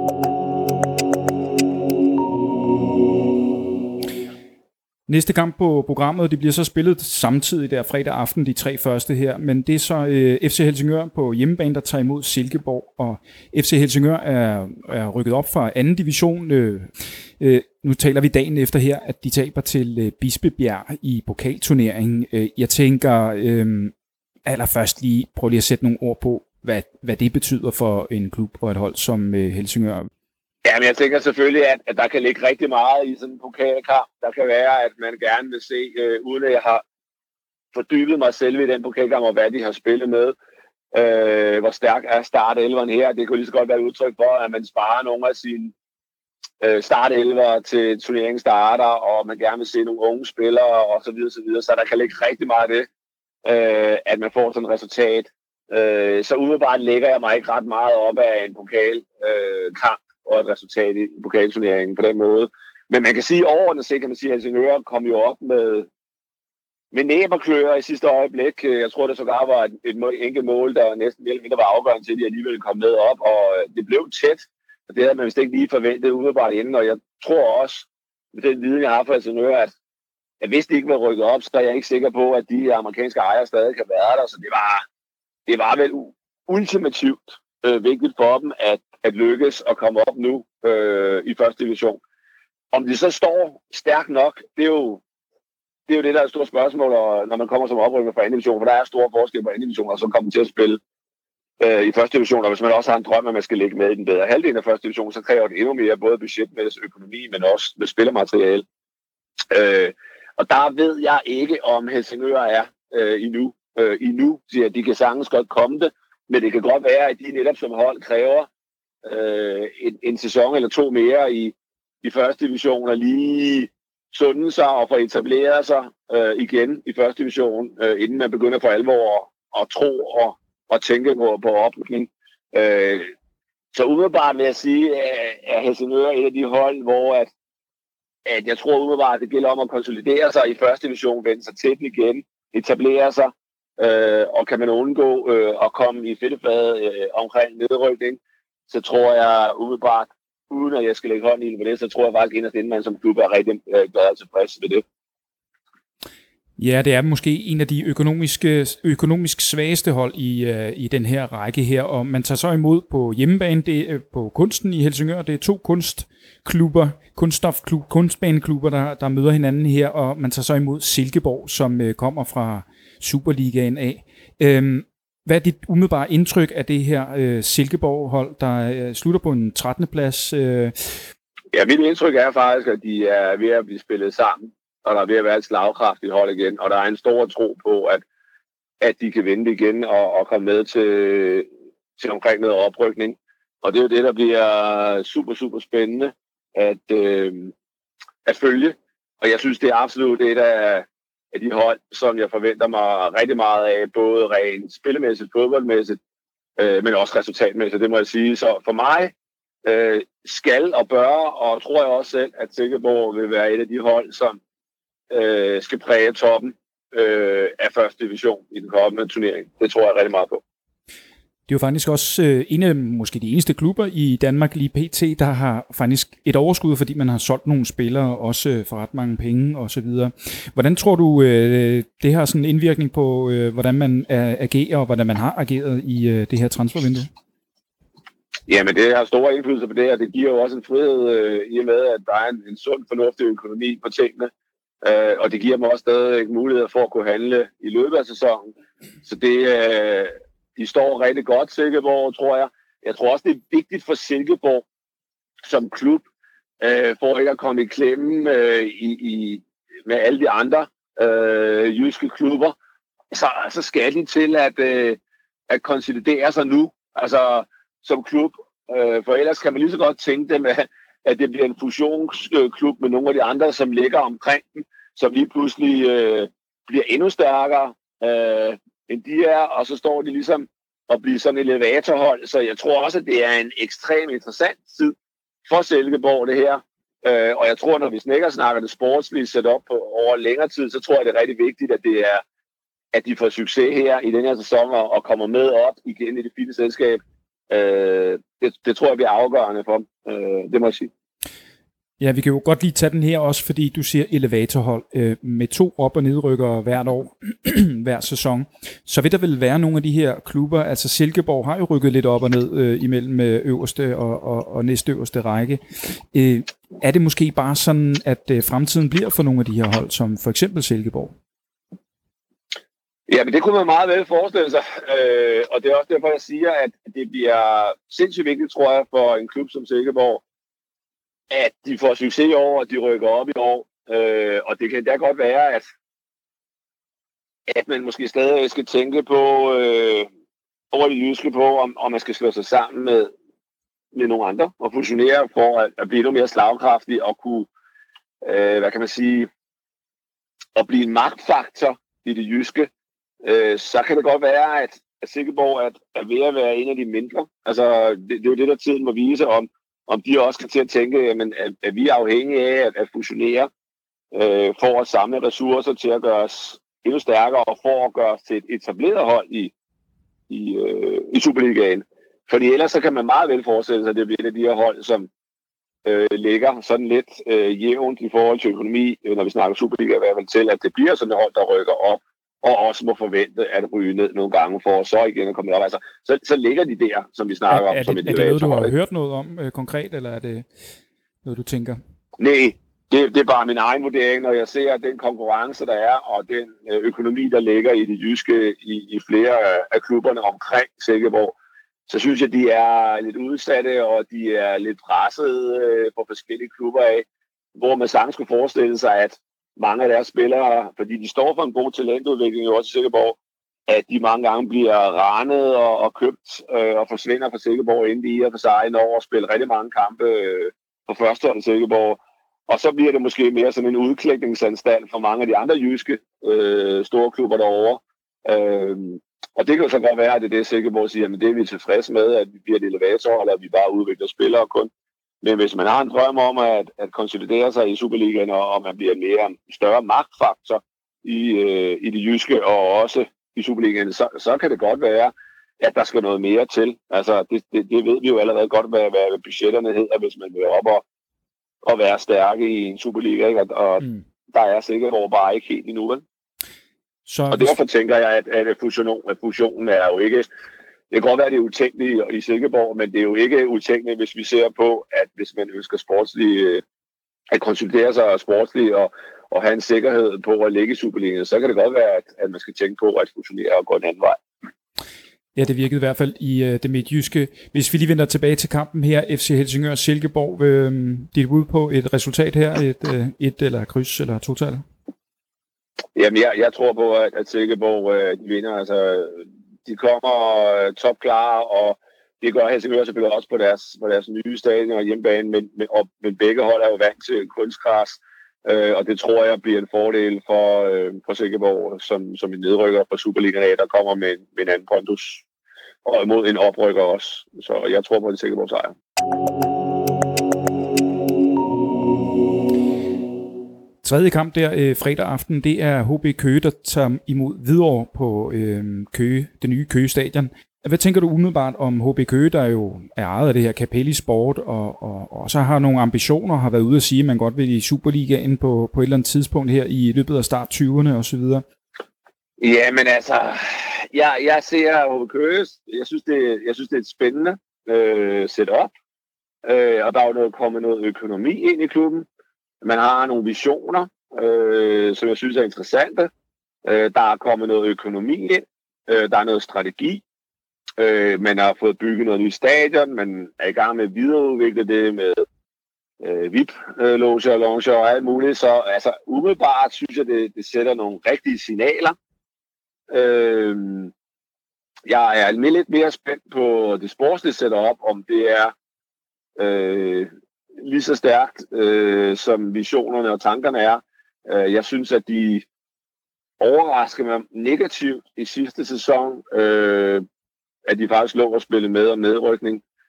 Næste kamp på programmet, det bliver så spillet samtidig der fredag aften, de tre første her, men det er så øh, F C Helsingør på hjemmebane, der tager imod Silkeborg, og F C Helsingør er, er rykket op fra anden division. Øh, øh, nu taler vi dagen efter her, at de taber til øh, Bispebjerg i pokalturneringen. Øh, jeg tænker øh, allerførst lige, prøv lige at sætte nogle ord på, hvad, hvad det betyder for en klub og et hold som øh, Helsingør. Ja, men jeg tænker selvfølgelig, at, at der kan ligge rigtig meget i sådan en pokalkamp. Der kan være, at man gerne vil se, øh, uden at jeg har fordybet mig selv i den pokalkamp, og hvad de har spillet med, øh, hvor stærk er startelveren her. Det kunne lige så godt være et udtryk for, at man sparer nogle af sine øh, startelver til turneringen starter, og man gerne vil se nogle unge spillere, og så videre, så videre. Så der kan ligge rigtig meget af det, øh, at man får sådan et resultat. Øh, så umiddelbart lægger jeg mig ikke ret meget op af en pokalkamp. Øh, og et resultat i pokalturneringen på den måde. Men man kan sige overordnet set, kan man sige, at Helsingør kom jo op med, med næb og kløer i sidste øjeblik. Jeg tror, det sågar var et, et enkelt mål, der næsten mere var afgørende til, at de alligevel kom med op, og det blev tæt. Og det havde man vist ikke lige forventet umiddelbart inden, og jeg tror også, med den viden, jeg har fra Helsingør, at, at hvis de ikke var rykket op, så er jeg ikke sikker på, at de amerikanske ejere stadig kan være der. Så det var, det var vel ultimativt øh, vigtigt for dem, at at lykkes at komme op nu øh, i første division. Om de så står stærkt nok, det er jo det, er jo det der er et stort spørgsmål, og når man kommer som oprykker fra anden division, for der er store forskel på anden division, og så kommer til at spille øh, i første division, og hvis man også har en drøm, at man skal ligge med i den bedre halvdel af første division, så kræver det endnu mere, både budgetmæssig økonomi, men også med spillermateriale. Øh, og der ved jeg ikke, om Helsingør er øh, endnu. Øh, endnu, siger de kan sagtens godt komme det, men det kan godt være, at de netop som hold kræver Øh, en, en sæson eller to mere i, i første division og lige sunde sig og få etableret sig øh, igen i første division, øh, inden man begynder for alvor at, at tro og, og tænke på, på oplykning. Øh, så umiddelbart vil jeg sige, at Helsingør er et af de hold, hvor at, at jeg tror umiddelbart, at det gælder om at konsolidere sig i første division, vende sig til den igen, etablere sig, øh, og kan man undgå øh, at komme i fedtefadet øh, omkring nedrykning, så tror jeg umiddelbart, uden at jeg skal lægge hånden i på det, så tror jeg faktisk inderst inden man som klub er rigtig øh, glad og tilfreds ved det. Ja, det er måske en af de økonomiske, økonomisk svageste hold i, uh, i den her række her, og man tager så imod på hjemmebane, det er på Kunsten i Helsingør, det er to kunstklubber, kunststofklub, kunstbaneklubber, der, der møder hinanden her, og man tager så imod Silkeborg, som uh, kommer fra Superligaen af. Um, Hvad er dit umiddelbare indtryk af det her øh, Silkeborg-hold, der øh, slutter på en trettende plads? Øh? Ja, mit indtryk er faktisk, at de er ved at blive spillet sammen, og der er ved at være et slagkraftigt hold igen, og der er en stor tro på, at, at de kan vinde igen og, og komme med til, til omkring noget oprykning. Og det er jo det, der bliver super, super spændende at, øh, at følge. Og jeg synes, det er absolut det, der er af de hold, som jeg forventer mig rigtig meget af, både rent spillemæssigt, fodboldmæssigt, øh, men også resultatmæssigt, det må jeg sige. Så for mig øh, skal og bør, og tror jeg også selv, at Silkeborg vil være et af de hold, som øh, skal præge toppen øh, af første division i den kommende turnering. Det tror jeg rigtig meget på. Det er jo faktisk også øh, en af måske de eneste klubber i Danmark lige pt., der har faktisk et overskud, fordi man har solgt nogle spillere, også for ret mange penge osv. Hvordan tror du, øh, det har sådan en indvirkning på, øh, hvordan man agerer, og hvordan man har ageret i øh, det her transfervindue? Jamen, det har store indflydelse på det, og det giver jo også en frihed øh, i og med, at der er en, en sund, fornuftig økonomi på tingene. Øh, og det giver mig også stadig mulighed for at kunne handle i løbet af sæsonen. Så det øh, de står rigtig godt, Silkeborg, tror jeg. Jeg tror også, det er vigtigt for Silkeborg som klub, øh, for ikke at komme i klemme øh, i, i, med alle de andre øh, jyske klubber. Så, så skal de til at, øh, at konsolidere sig nu, altså som klub. Øh, for ellers kan man lige så godt tænke dem, at, at det bliver en fusionsklub med nogle af de andre, som ligger omkring den, som lige pludselig øh, bliver endnu stærkere øh, end de er, og så står de ligesom og bliver sådan et elevatorhold. Så jeg tror også, at det er en ekstremt interessant tid for Silkeborg, det her. Øh, og jeg tror, når vi snakker snakker det sportslige sat op på, over længere tid, så tror jeg, det er rigtig vigtigt, at det er, at de får succes her i den her sæson og, og kommer med op igen i det fine selskab. Øh, det, det tror jeg bliver afgørende for dem. Øh, det må jeg sige. Ja, vi kan jo godt lige tage den her også, fordi du siger elevatorhold øh, med to op- og nedrykkere hvert år, hver sæson. Så vil der vel være nogle af de her klubber, altså Silkeborg har jo rykket lidt op og ned øh, imellem øverste og, og, og næstøverste række. Øh, er det måske bare sådan, at øh, fremtiden bliver for nogle af de her hold, som for eksempel Silkeborg? Ja, men det kunne man meget vel forestille sig, øh, og det er også derfor, jeg siger, at det bliver sindssygt vigtigt, tror jeg, for en klub som Silkeborg, at de får succes i år, og de rykker op i år. Øh, og det kan da godt være, at, at man måske stadig skal tænke på, øh, over det jyske på, om, om man skal slå sig sammen med, med nogle andre og fusionere for at, at blive endnu mere slagkraftig og kunne, øh, hvad kan man sige, at blive en magtfaktor i det jyske. Øh, så kan det godt være, at, at Silkeborg er, er ved at være en af de mindre. Altså, det, det er jo det, der tiden må vise om, om de også kan til at tænke, jamen, at, at vi er afhængige af at, at fusionere øh, for at samle ressourcer til at gøre os endnu stærkere og for at gøre os til et etableret hold i, i, øh, i Superligaen. Fordi ellers så kan man meget vel forestille sig, at det bliver et af de her hold, som øh, ligger sådan lidt øh, jævnt i forhold til økonomi, øh, når vi snakker Superliga, i hvert fald til, at det bliver sådan et hold, der rykker op og også må forvente at ryge ned nogle gange for så igen at komme op. Altså, så, så ligger de der, som vi snakker er, om. Er, som det, et er det noget, du har hold. hørt noget om øh, konkret, eller er det noget, du tænker? Nej, det, det er bare min egen vurdering, når jeg ser den konkurrence, der er, og den øh, økonomi, der ligger i det jyske, i, i flere af klubberne omkring Silkeborg, så synes jeg, de er lidt udsatte, og de er lidt presset øh, på forskellige klubber af, hvor man sagtens skulle forestille sig, at mange af deres spillere, fordi de står for en god talentudvikling, jo også i Silkeborg, at de mange gange bliver ranet og, og købt øh, og forsvinder fra Silkeborg, inden de i og for sig når at spille rigtig mange kampe øh, på førstehold i Silkeborg. Og så bliver det måske mere sådan en udklækningsanstalt for mange af de andre jyske øh, store klubber derovre. Øh, og det kan jo så godt være, at det er det, Silkeborg siger, men det er vi tilfredse med, at vi bliver et elevator, eller at vi bare udvikler spillere kun. Men hvis man har en drøm om at, at konsolidere sig i Superligaen, og om man bliver en mere større magtfaktor i, øh, i det jyske, og også i Superligaen, så, så kan det godt være, at der skal noget mere til. Altså, det, det, det ved vi jo allerede godt, hvad, hvad budgetterne hedder, hvis man vil op og, og være stærke i en Superliga, ikke? Og, og mm. der er sikkert bare ikke helt endnu, vel? Så og derfor tænker jeg, at, at, fusion, at fusionen er jo ikke... Det kan godt være, at det er utænkeligt i Silkeborg, men det er jo ikke utænkeligt, hvis vi ser på, at hvis man ønsker sportsligt at konsolidere sig sportsligt og, og have en sikkerhed på at ligge i Superligaen, så kan det godt være, at, at man skal tænke på at fusionere og gå en anden vej. Ja, det virkede i hvert fald i uh, det midtjyske. Hvis vi lige vender tilbage til kampen her, F C Helsingør og Silkeborg, øh, dit bud på et resultat her, et, uh, et eller kryds eller total? Jamen, jeg, jeg tror på, at, at Silkeborg øh, de vinder. Altså, de kommer øh, topklare, og det gør Helsingør selvfølgelig også på deres, på deres nye stadion og hjemmebane, men, men, og, men begge hold er jo vant til kunstgræs, øh, og det tror jeg bliver en fordel for, øh, for Silkeborg, som, som en nedrykker fra Superligaen af, der kommer med, med en anden pondus, og imod en oprykker også. Så jeg tror på, at Silkeborg sejrer. Tredje kamp der øh, fredag aften, det er H B Køge, der tager imod Hvidovre på øh, Køge, det nye Køge Stadion. Hvad tænker du umiddelbart om H B Køge, der jo er ejet af det her Capelli Sport, og, og, og så har nogle ambitioner, har været ude at sige, at man godt vil i Superligaen på, på et eller andet tidspunkt her i løbet af start tyverne og så videre? Ja, men altså, jeg, jeg ser H B Køge, jeg synes, det, jeg synes, det er et spændende øh, setup, øh, og der er jo noget, kommet noget økonomi ind i klubben. Man har nogle visioner, øh, som jeg synes er interessante. Øh, der er kommet noget økonomi ind. Øh, der er noget strategi. Øh, man har fået bygget noget nyt stadion. Man er i gang med at videreudvikle det med øh, V I P-loger og longer og alt muligt. Så altså, umiddelbart synes jeg, det, det sætter nogle rigtige signaler. Øh, jeg er lidt mere spændt på det sportslige setup, om det er... Øh, lige så stærkt, øh, som visionerne og tankerne er. Øh, jeg synes, at de overrasker mig negativt i sidste sæson, øh, at de faktisk lå at spille med om nedrykning.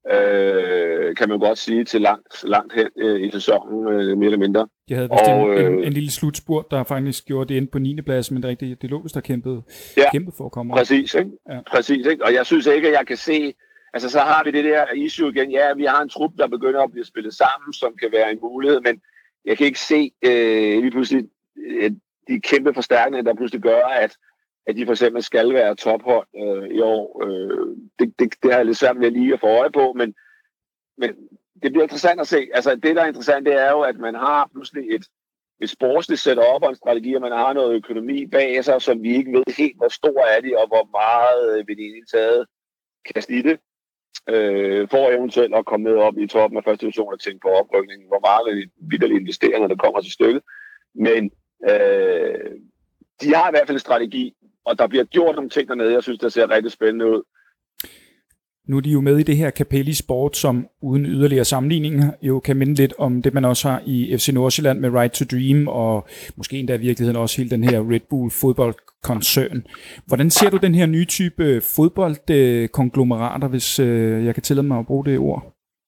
øh, kan man godt sige, til langt, langt hen øh, i sæsonen, øh, mere eller mindre. Jeg havde vist og, en, en, en lille slutspurt, der faktisk gjorde det ind på niende plads, men det, rigtigt, det lå vist der kæmpede, ja, kæmpede for at komme præcis, ikke? Ja. Præcis, ikke? Og jeg synes ikke, at jeg kan se, altså så har vi det der issue igen, ja, vi har en trup, der begynder at blive spillet sammen, som kan være en mulighed, men jeg kan ikke se øh, lige pludselig øh, de kæmpe forstærkninger, der pludselig gør, at, at de for eksempel skal være tophold øh, i år. Øh, det, det, det har jeg lidt svært med lige at få øje på, men, men det bliver interessant at se. Altså det, der er interessant, det er jo, at man har pludselig et, et sportsligt setup og en strategi, og man har noget økonomi bag sig, som vi ikke ved helt, hvor stor er de, og hvor meget vil de egentlig taget kaste i det. Øh, for eventuelt at komme med op i toppen af første division og tænke på oprykningen, hvor meget vil de vitterligt investere, når det kommer til stykket. Men øh, de har i hvert fald en strategi, og der bliver gjort nogle ting dernede, jeg synes, der ser rigtig spændende ud. Nu er de jo med i det her Capelli Sport, som uden yderligere sammenligninger jo kan minde lidt om det, man også har i F C Nordsjælland med Right to Dream, og måske endda i virkeligheden også hele den her Red Bull fodboldkoncern. Hvordan ser du den her nye type fodboldkonglomerater, hvis jeg kan tillade mig at bruge det ord?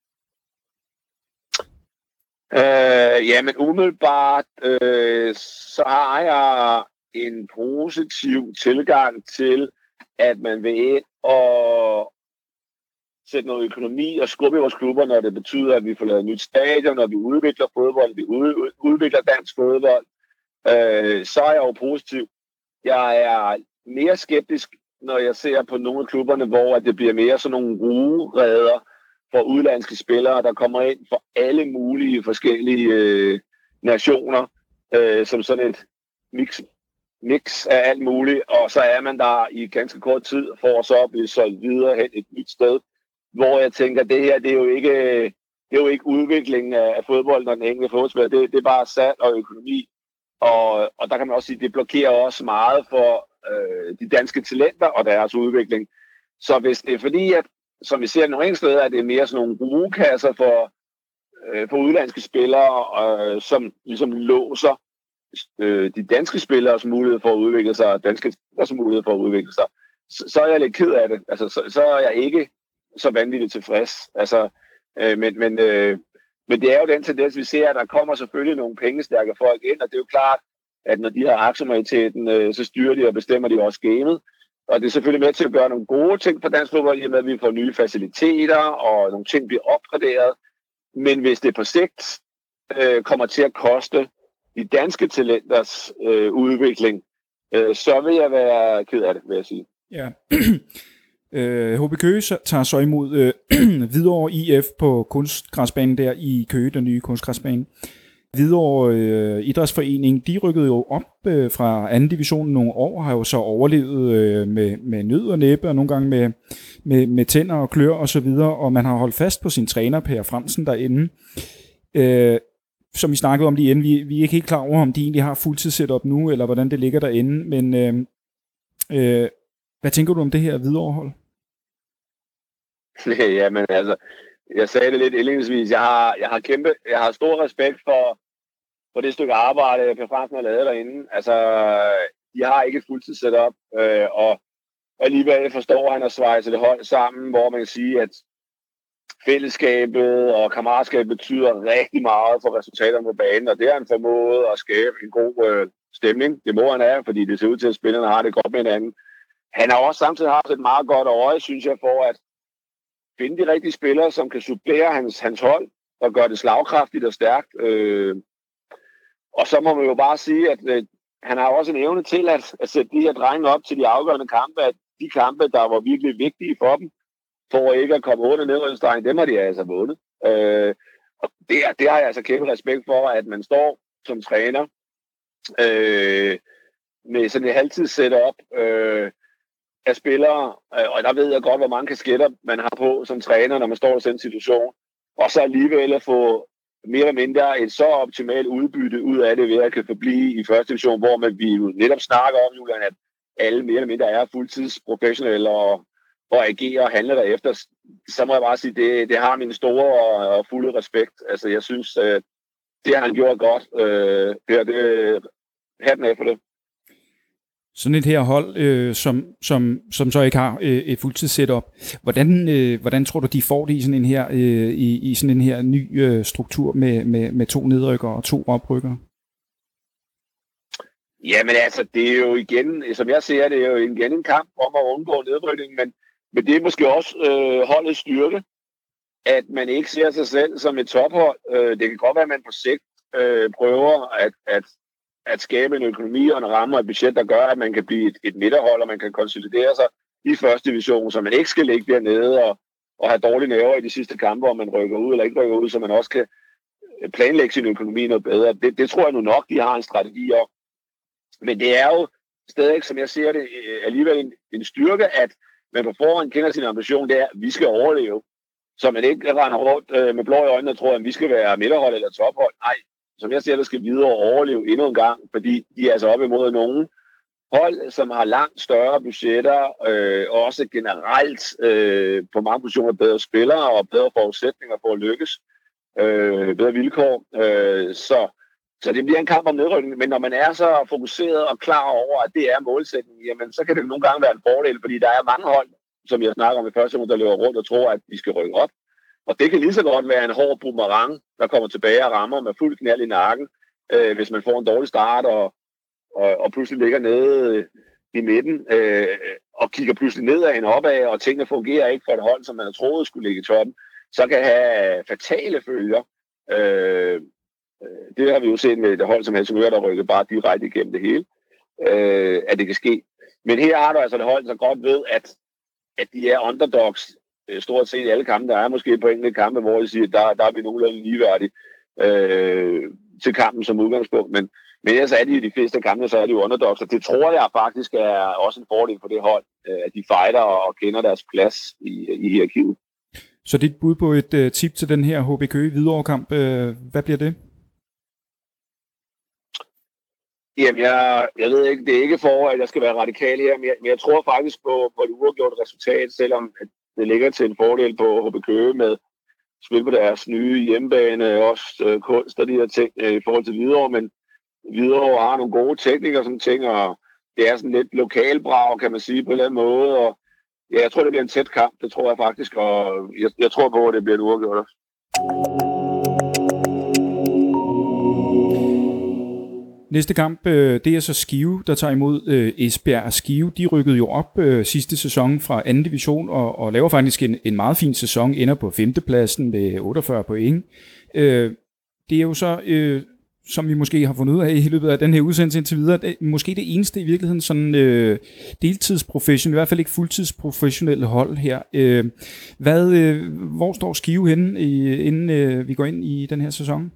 Øh, ja, men umiddelbart, øh, så har jeg en positiv tilgang til, at man vil ind og sætte noget økonomi og skubbe i vores klubber, når det betyder, at vi får lavet et nyt stadion, når vi udvikler fodbold, vi udvikler dansk fodbold, øh, så er jeg jo positiv. Jeg er mere skeptisk, når jeg ser på nogle af klubberne, hvor det bliver mere sådan nogle rugereder for udlandske spillere, der kommer ind for alle mulige forskellige øh, nationer, øh, som sådan et mix, mix af alt muligt, og så er man der i ganske kort tid, for så at blive solgt videre hen et nyt sted, hvor jeg tænker, at det her, det er jo ikke, det er jo ikke udviklingen af fodbold, når den enkelte fodboldspiller, det, det er bare salg og økonomi, og, og der kan man også sige, at det blokerer også meget for øh, de danske talenter og deres udvikling. Så hvis det er fordi, at som vi ser nogle enkelte steder, at det er mere sådan nogle rugekasser for, øh, for udlandske spillere, øh, som ligesom låser øh, de danske spilleres mulighed for at udvikle sig, og danske spillers mulighed for at udvikle sig, så, så er jeg lidt ked af det. Altså, så, så er jeg ikke så vanvittigt tilfreds. Altså, øh, men, men, øh, men det er jo den tendens, vi ser, at der kommer selvfølgelig nogle pengestærke folk ind, og det er jo klart, at når de har aktiemajoriteten, øh, så styrer de og bestemmer de også gamet. Og det er selvfølgelig med til at gøre nogle gode ting for dansk fodbold, i og med at vi får nye faciliteter, og nogle ting bliver opgraderet. Men hvis det på sigt øh, kommer til at koste de danske talenters øh, udvikling, øh, så vil jeg være ked af det, vil jeg sige. Ja. øh, H B Køge tager så imod øh, Hvidovre I F på kunstgræsbanen der i Køge, den nye kunstgræsbane. Hvidovre øh, Idrætsforening, de rykkede jo op øh, fra anden division nogle år, har jo så overlevet øh, med, med nød og næppe, og nogle gange med, med, med tænder og klør og så videre, og man har holdt fast på sin træner, Per Frandsen, derinde. Øh, som vi snakkede om lige inden, vi, vi er ikke helt klar over, om de egentlig har fuldtidssetup nu, eller hvordan det ligger derinde, men øh, øh, hvad tænker du om det her Hvidovre-hold? Jamen altså, jeg sagde det lidt indledningsvis, jeg har, jeg har kæmpe, jeg har stor respekt for, for det stykke arbejde, Per Frandsen har lavet derinde. Altså, de har ikke et fuldtidssetup, øh, og alligevel forstår han at svejse det hold sammen, hvor man kan sige, at fællesskabet og kammeratskabet betyder rigtig meget for resultaterne på banen, og det har han formået at skabe en god øh, stemning. Det må han have, fordi det ser ud til, at spillerne har det godt med hinanden. Han har også samtidig haft et meget godt øje, synes jeg, for at finde de rigtige spillere, som kan supplere hans, hans hold og gøre det slagkraftigt og stærkt. Øh, og så må man jo bare sige, at øh, han har også en evne til at, at sætte de her drenge op til de afgørende kampe, at de kampe, der var virkelig vigtige for dem, for ikke at komme under nedrykningsstregen, dem har de altså vundet. Øh, og det, det har jeg altså kæmpe respekt for, at man står som træner øh, med sådan et halvtids setup øh, af spillere, øh, og der ved jeg godt, hvor mange kasketter man har på som træner, når man står i sådan en situation, og så alligevel at få mere eller mindre et så optimalt udbytte ud af det, ved at kan forblive i første division, hvor man vi jo netop snakker om, Julian, at alle mere eller mindre er fuldtidsprofessionelle og, og agerer og handler derefter. Så må jeg bare sige, det, det har min store og, og fulde respekt. Altså, jeg synes, øh, det har han gjort godt. Øh, det, det, hatten af for det. Sådan et her hold, øh, som, som, som så ikke har øh, et fuldtids-setup. Hvordan, øh, hvordan tror du, de får det i sådan en her, øh, i, i sådan en her ny øh, struktur med, med, med to nedrykker og to oprykker? Jamen altså, det er jo igen, som jeg ser det, er jo igen en kamp om at undgå nedrykning, men, men det er måske også øh, holdets styrke, at man ikke ser sig selv som et tophold. Øh, det kan godt være, at man på sigt øh, prøver at, at, at skabe en økonomi og en ramme og et budget, der gør, at man kan blive et, et midterhold, og man kan konsolidere sig i første division, så man ikke skal ligge dernede og, og have dårlige nerver i de sidste kampe, om man rykker ud eller ikke rykker ud, så man også kan planlægge sin økonomi noget bedre. Det, det tror jeg nu nok, de har en strategi om. Men det er jo stadig, som jeg ser det, alligevel en, en styrke, at man på forhånd kender sin ambition, det er, at vi skal overleve. Så man ikke render rundt øh, med blå i øjnene og tror, at vi skal være midterhold eller tophold. Nej, som jeg ser det, skal videre overleve endnu en gang, fordi de er altså op imod nogen hold, som har langt større budgetter, øh, og også generelt øh, på mange positioner bedre spillere og bedre forudsætninger for at lykkes. Øh, bedre vilkår. Øh, så Så det bliver en kamp om nedrykning, men når man er så fokuseret og klar over, at det er målsætningen, jamen så kan det nogle gange være en fordel, fordi der er mange hold, som jeg snakker om i første uge, der løber rundt og tror, at de skal rykke op. Og det kan lige så godt være en hård boomerang, der kommer tilbage og rammer med fuld knald i nakken, øh, hvis man får en dårlig start og, og, og pludselig ligger nede i midten øh, og kigger pludselig nedad en opad, og tingene fungerer ikke for et hold, som man havde troet skulle ligge i toppen, så kan have fatale følger. Øh, Det har vi jo set med et hold som Helsingør, der rykker bare direkte igennem det hele, øh, at det kan ske. Men her har du altså et hold, der godt ved, at, at de er underdogs øh, stort set i alle kampe. Der er måske på enkelte kampe, hvor de siger, at der, der er vi nogenlunde ligeværdige øh, til kampen som udgangspunkt. Men, men ellers er de i de fleste kampe, så er de jo underdogs. Og det tror jeg faktisk er også en fordel for det hold, øh, at de fighter og kender deres plads i, i hierarkiet. Så dit bud på et uh, tip til den her H B Køge Hvidovre-kamp, øh, hvad bliver det? Jamen, jeg, jeg ved ikke, det er ikke for, at jeg skal være radikal her, men jeg, men jeg tror faktisk på, på et uafgjort resultat, selvom at det ligger til en fordel på H B Køge med spil på deres nye hjemmebane, også øh, kunst og de her ting øh, i forhold til Hvidovre, men Hvidovre har nogle gode teknikere og sådan ting, og det er sådan lidt lokalbrag, kan man sige, på en eller anden måde, og ja, jeg tror, det bliver en tæt kamp, det tror jeg faktisk, og jeg, jeg tror på, at det bliver en uafgjort også. Næste kamp, øh, det er så Skive, der tager imod øh, Esbjerg og Skive. De rykkede jo op øh, sidste sæson fra anden division og, og laver faktisk en, en meget fin sæson, ender på femtepladsen med otteogfyrre point. Øh, det er jo så, øh, som vi måske har fundet ud af i løbet af den her udsendelse indtil videre, det, måske det eneste i virkeligheden sådan øh, deltidsprofessionelle, i hvert fald ikke fuldtidsprofessionelle hold her. Øh, hvad, øh, hvor står Skive henne, i, inden øh, vi går ind i den her sæson?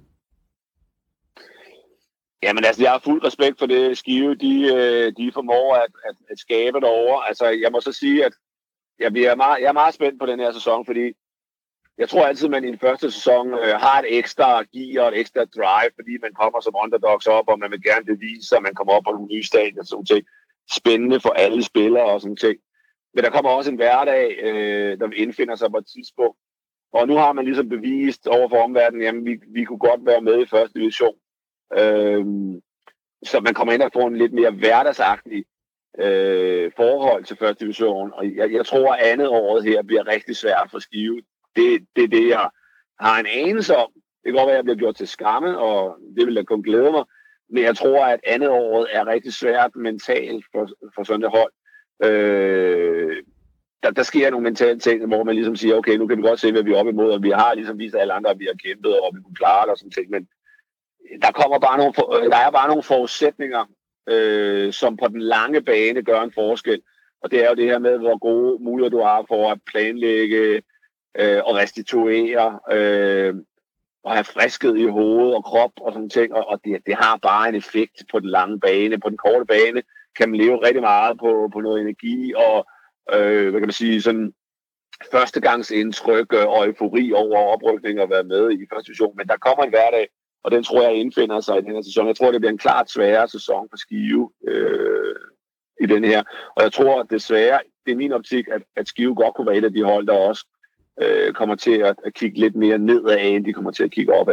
Jamen altså, jeg har fuld respekt for det Skive, de, de formår at, at, at skabe derovre. Altså, jeg må så sige, at jeg, bliver meget, jeg er meget spændt på den her sæson, fordi jeg tror altid, at man i den første sæson øh, har et ekstra gear og et ekstra drive, fordi man kommer som underdogs op, og man vil gerne bevise, at man kommer op på nogle nye stadier og sådan ting. Spændende for alle spillere og sådan ting. Men der kommer også en hverdag, øh, der indfinder sig på et tidspunkt. Og nu har man ligesom bevist over for omverdenen, jamen vi, vi kunne godt være med i første division. Øhm, så man kommer ind og får en lidt mere hverdagsagtig øh, forhold til første division, og jeg, jeg tror, at andet året her bliver rigtig svært for Skive. Det, det er det, jeg har en anelse om. Det kan godt være, at jeg bliver gjort til skamme, og det vil da kun glæde mig, men jeg tror, at andet året er rigtig svært mentalt for, for sådan et hold. Øh, der, der sker nogle mentale ting, hvor man ligesom siger, okay, nu kan vi godt se, hvad vi er oppe imod, og vi har ligesom vist alle andre, at vi har kæmpet, og vi kunne klare det og sådan ting, men Der, kommer bare nogle, der er bare nogle forudsætninger, øh, som på den lange bane gør en forskel. Og det er jo det her med, hvor gode muligheder du har for at planlægge øh, og restituere, øh, og have frisket i hoved og krop og sådan ting. Og, og det, det har bare en effekt på den lange bane. På den korte bane kan man leve rigtig meget på, på noget energi og, øh, hvad kan man sige, sådan førstegangsindtryk og eufori over oprykning og være med i første division. Men der kommer en hverdag, og den tror jeg indfinder sig i den her sæson. Jeg tror, det bliver en klart sværere sæson for Skive øh, i den her. Og jeg tror desværre, det er min optik, at, at Skive godt kunne være et af de hold, der også øh, kommer til at, at kigge lidt mere nedad, end de kommer til at kigge opad.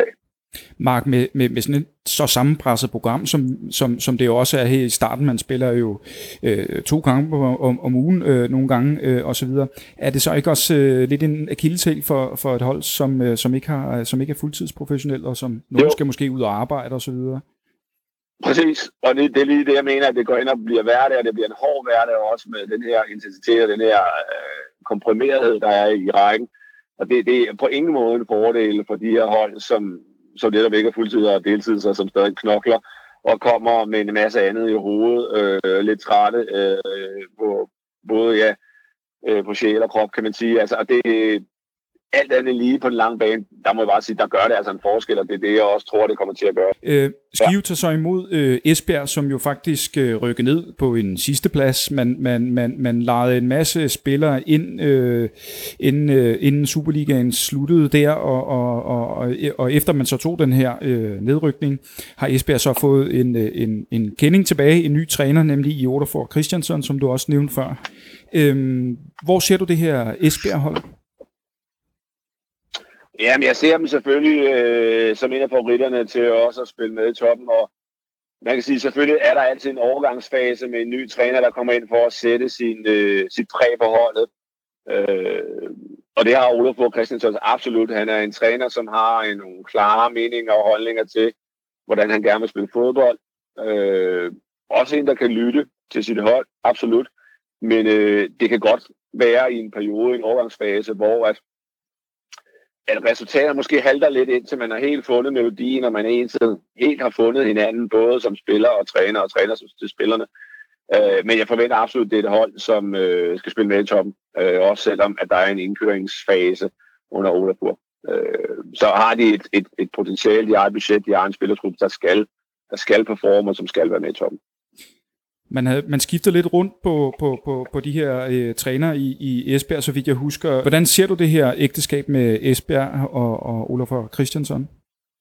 Mark, med, med, med sådan et så sammenpresset program, som, som, som det jo også er her i starten, man spiller jo øh, to gange om, om ugen, øh, nogle gange øh, osv., er det så ikke også øh, lidt en akilleshæl for, for et hold, som, øh, som, ikke har, som ikke er fuldtidsprofessionelt, og som nogen skal måske ud og arbejde osv.? Præcis, og det, det er lige det, jeg mener, at det går ind og bliver hverdag, og det bliver en hård hverdag også med den her intensitet og den her øh, komprimerethed, der er i rækken. Og det, det er på ingen måde en fordel for de her hold, som, som det der ikke er fuldtid og deltid, så som stadig knokler og kommer med en masse andet i hovedet, øh, lidt trætte øh, på både ja, øh, på sjæl og krop, kan man sige. Altså, og det alt andet lige på den lange bane, der må jeg bare sige, der gør det altså en forskel, og det er det, jeg også tror, det kommer til at gøre. Øh, Skive tager så imod øh, Esbjerg, som jo faktisk øh, rykker ned på en sidste plads. Man, man, man, man lejede en masse spillere ind, øh, inden, øh, inden Superligaen sluttede der, og, og, og, og efter man så tog den her øh, nedrykning, har Esbjerg så fået en, en, en kending tilbage, en ny træner, nemlig i Olafur Christiansson, som du også nævnte før. Øh, hvor ser du det her Esbjerg-hold? Jamen, jeg ser dem selvfølgelig øh, som en af favoritterne til også at spille med i toppen, og man kan sige, selvfølgelig er der altid en overgangsfase med en ny træner, der kommer ind for at sætte sin, øh, sit præg på holdet. Øh, og det har Olafur Christiansson absolut. Han er en træner, som har en, nogle klare meninger og holdninger til, hvordan han gerne vil spille fodbold. Øh, også en, der kan lytte til sit hold, absolut. Men øh, det kan godt være i en periode, en overgangsfase, hvor at at resultater måske halter lidt ind, til man har helt fundet melodien, og man ensid helt har fundet hinanden, både som spiller og træner, og træner til spillerne. Øh, men jeg forventer absolut, det er et hold, som øh, skal spille med i toppen, øh, også selvom at der er en indkøringsfase under Olafur. Øh, så har de et, et, et potentiale, de har et budget, de har en spillertruppe, der skal, der skal performe, og som skal være med i toppen. Man, havde, man skifter lidt rundt på, på, på, på de her øh, trænere i, i Esbjerg, så vidt jeg husker. Hvordan ser du det her ægteskab med Esbjerg og, og Olafur Christiansson?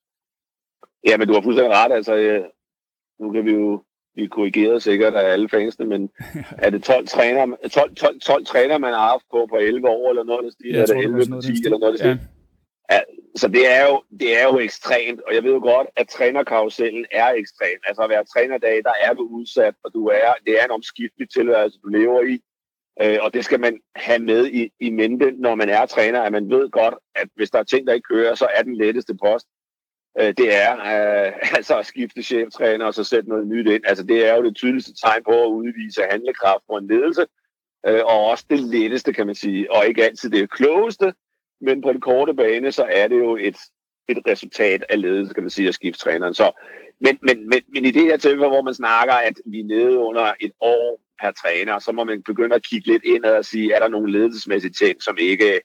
Ja, men du har fuldstændig ret. Altså, øh, nu kan vi jo blive korrigeret sikkert af alle fansene, men er det tolv træner, tolv, tolv, tolv træner, man har haft på på elleve år, eller noget, der stiger? Er det elleve på ti, eller noget, der stiger? Ja, så det er, jo, det er jo ekstremt, og jeg ved jo godt, at trænerkarusellen er ekstrem. Altså at være trænerdag, der er du udsat, og du er, det er en omskiftelig tilværelse, du lever i. Øh, og det skal man have med i, i mente, når man er træner, at man ved godt, at hvis der er ting, der ikke kører, så er den letteste post. Øh, det er øh, altså at skifte cheftræner og så sætte noget nyt ind. Altså det er jo det tydeligste tegn på at udvise handlekraft på en ledelse, øh, og også det letteste, kan man sige, og ikke altid det klogeste. Men på den korte bane, så er det jo et, et resultat af ledelse, kan man sige, at skifte træneren. Så, men, men, men, men i det her tilfælde, hvor man snakker, at vi er nede under et år per træner, så må man begynde at kigge lidt indad og sige, er der nogle ledelsesmæssige ting, som ikke,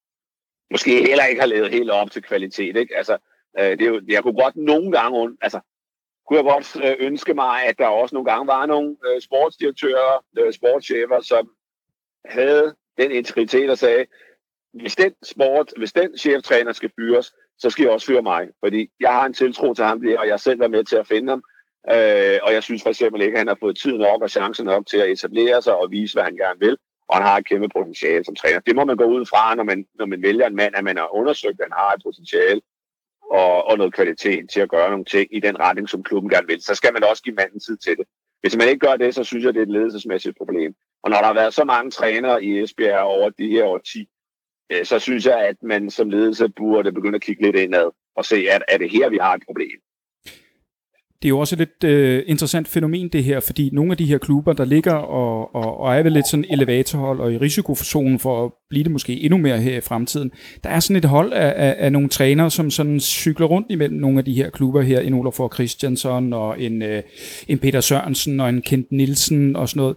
måske heller ikke har levet helt op til kvalitet. Ikke? Altså, øh, det er jo, jeg kunne godt nogle gange, altså, kunne jeg godt øh, ønske mig, at der også nogle gange var nogle øh, sportsdirektører, øh, sportschefer, som havde den integritet og sagde, Hvis den sport, hvis den cheftræner skal fyres, så skal jeg også fyre mig. Fordi jeg har en tiltro til ham, og jeg selv er med til at finde ham. Øh, og jeg synes for eksempel ikke, at han har fået tid nok og chancen nok til at etablere sig og vise, hvad han gerne vil. Og han har et kæmpe potentiale som træner. Det må man gå ud fra, når man, når man vælger en mand, at man har undersøgt, at han har et potentiale og, og noget kvalitet til at gøre nogle ting i den retning, som klubben gerne vil. Så skal man også give manden tid til det. Hvis man ikke gør det, så synes jeg, det er et ledelsesmæssigt problem. Og når der har været så mange trænere i Esbjerg over de her årti, så synes jeg, at man som ledelse burde begynde at kigge lidt indad og se, at er det her, vi har et problem. Det er jo også et lidt øh, interessant fænomen det her, fordi nogle af de her klubber, der ligger og, og, og er vel lidt sådan elevatorhold og i risikozonen for at blive det måske endnu mere her i fremtiden, der er sådan et hold af, af, af nogle trænere, som sådan cykler rundt imellem nogle af de her klubber her, en Olafur Christiansson og en, øh, en Peter Sørensen og en Kent Nielsen og sådan noget.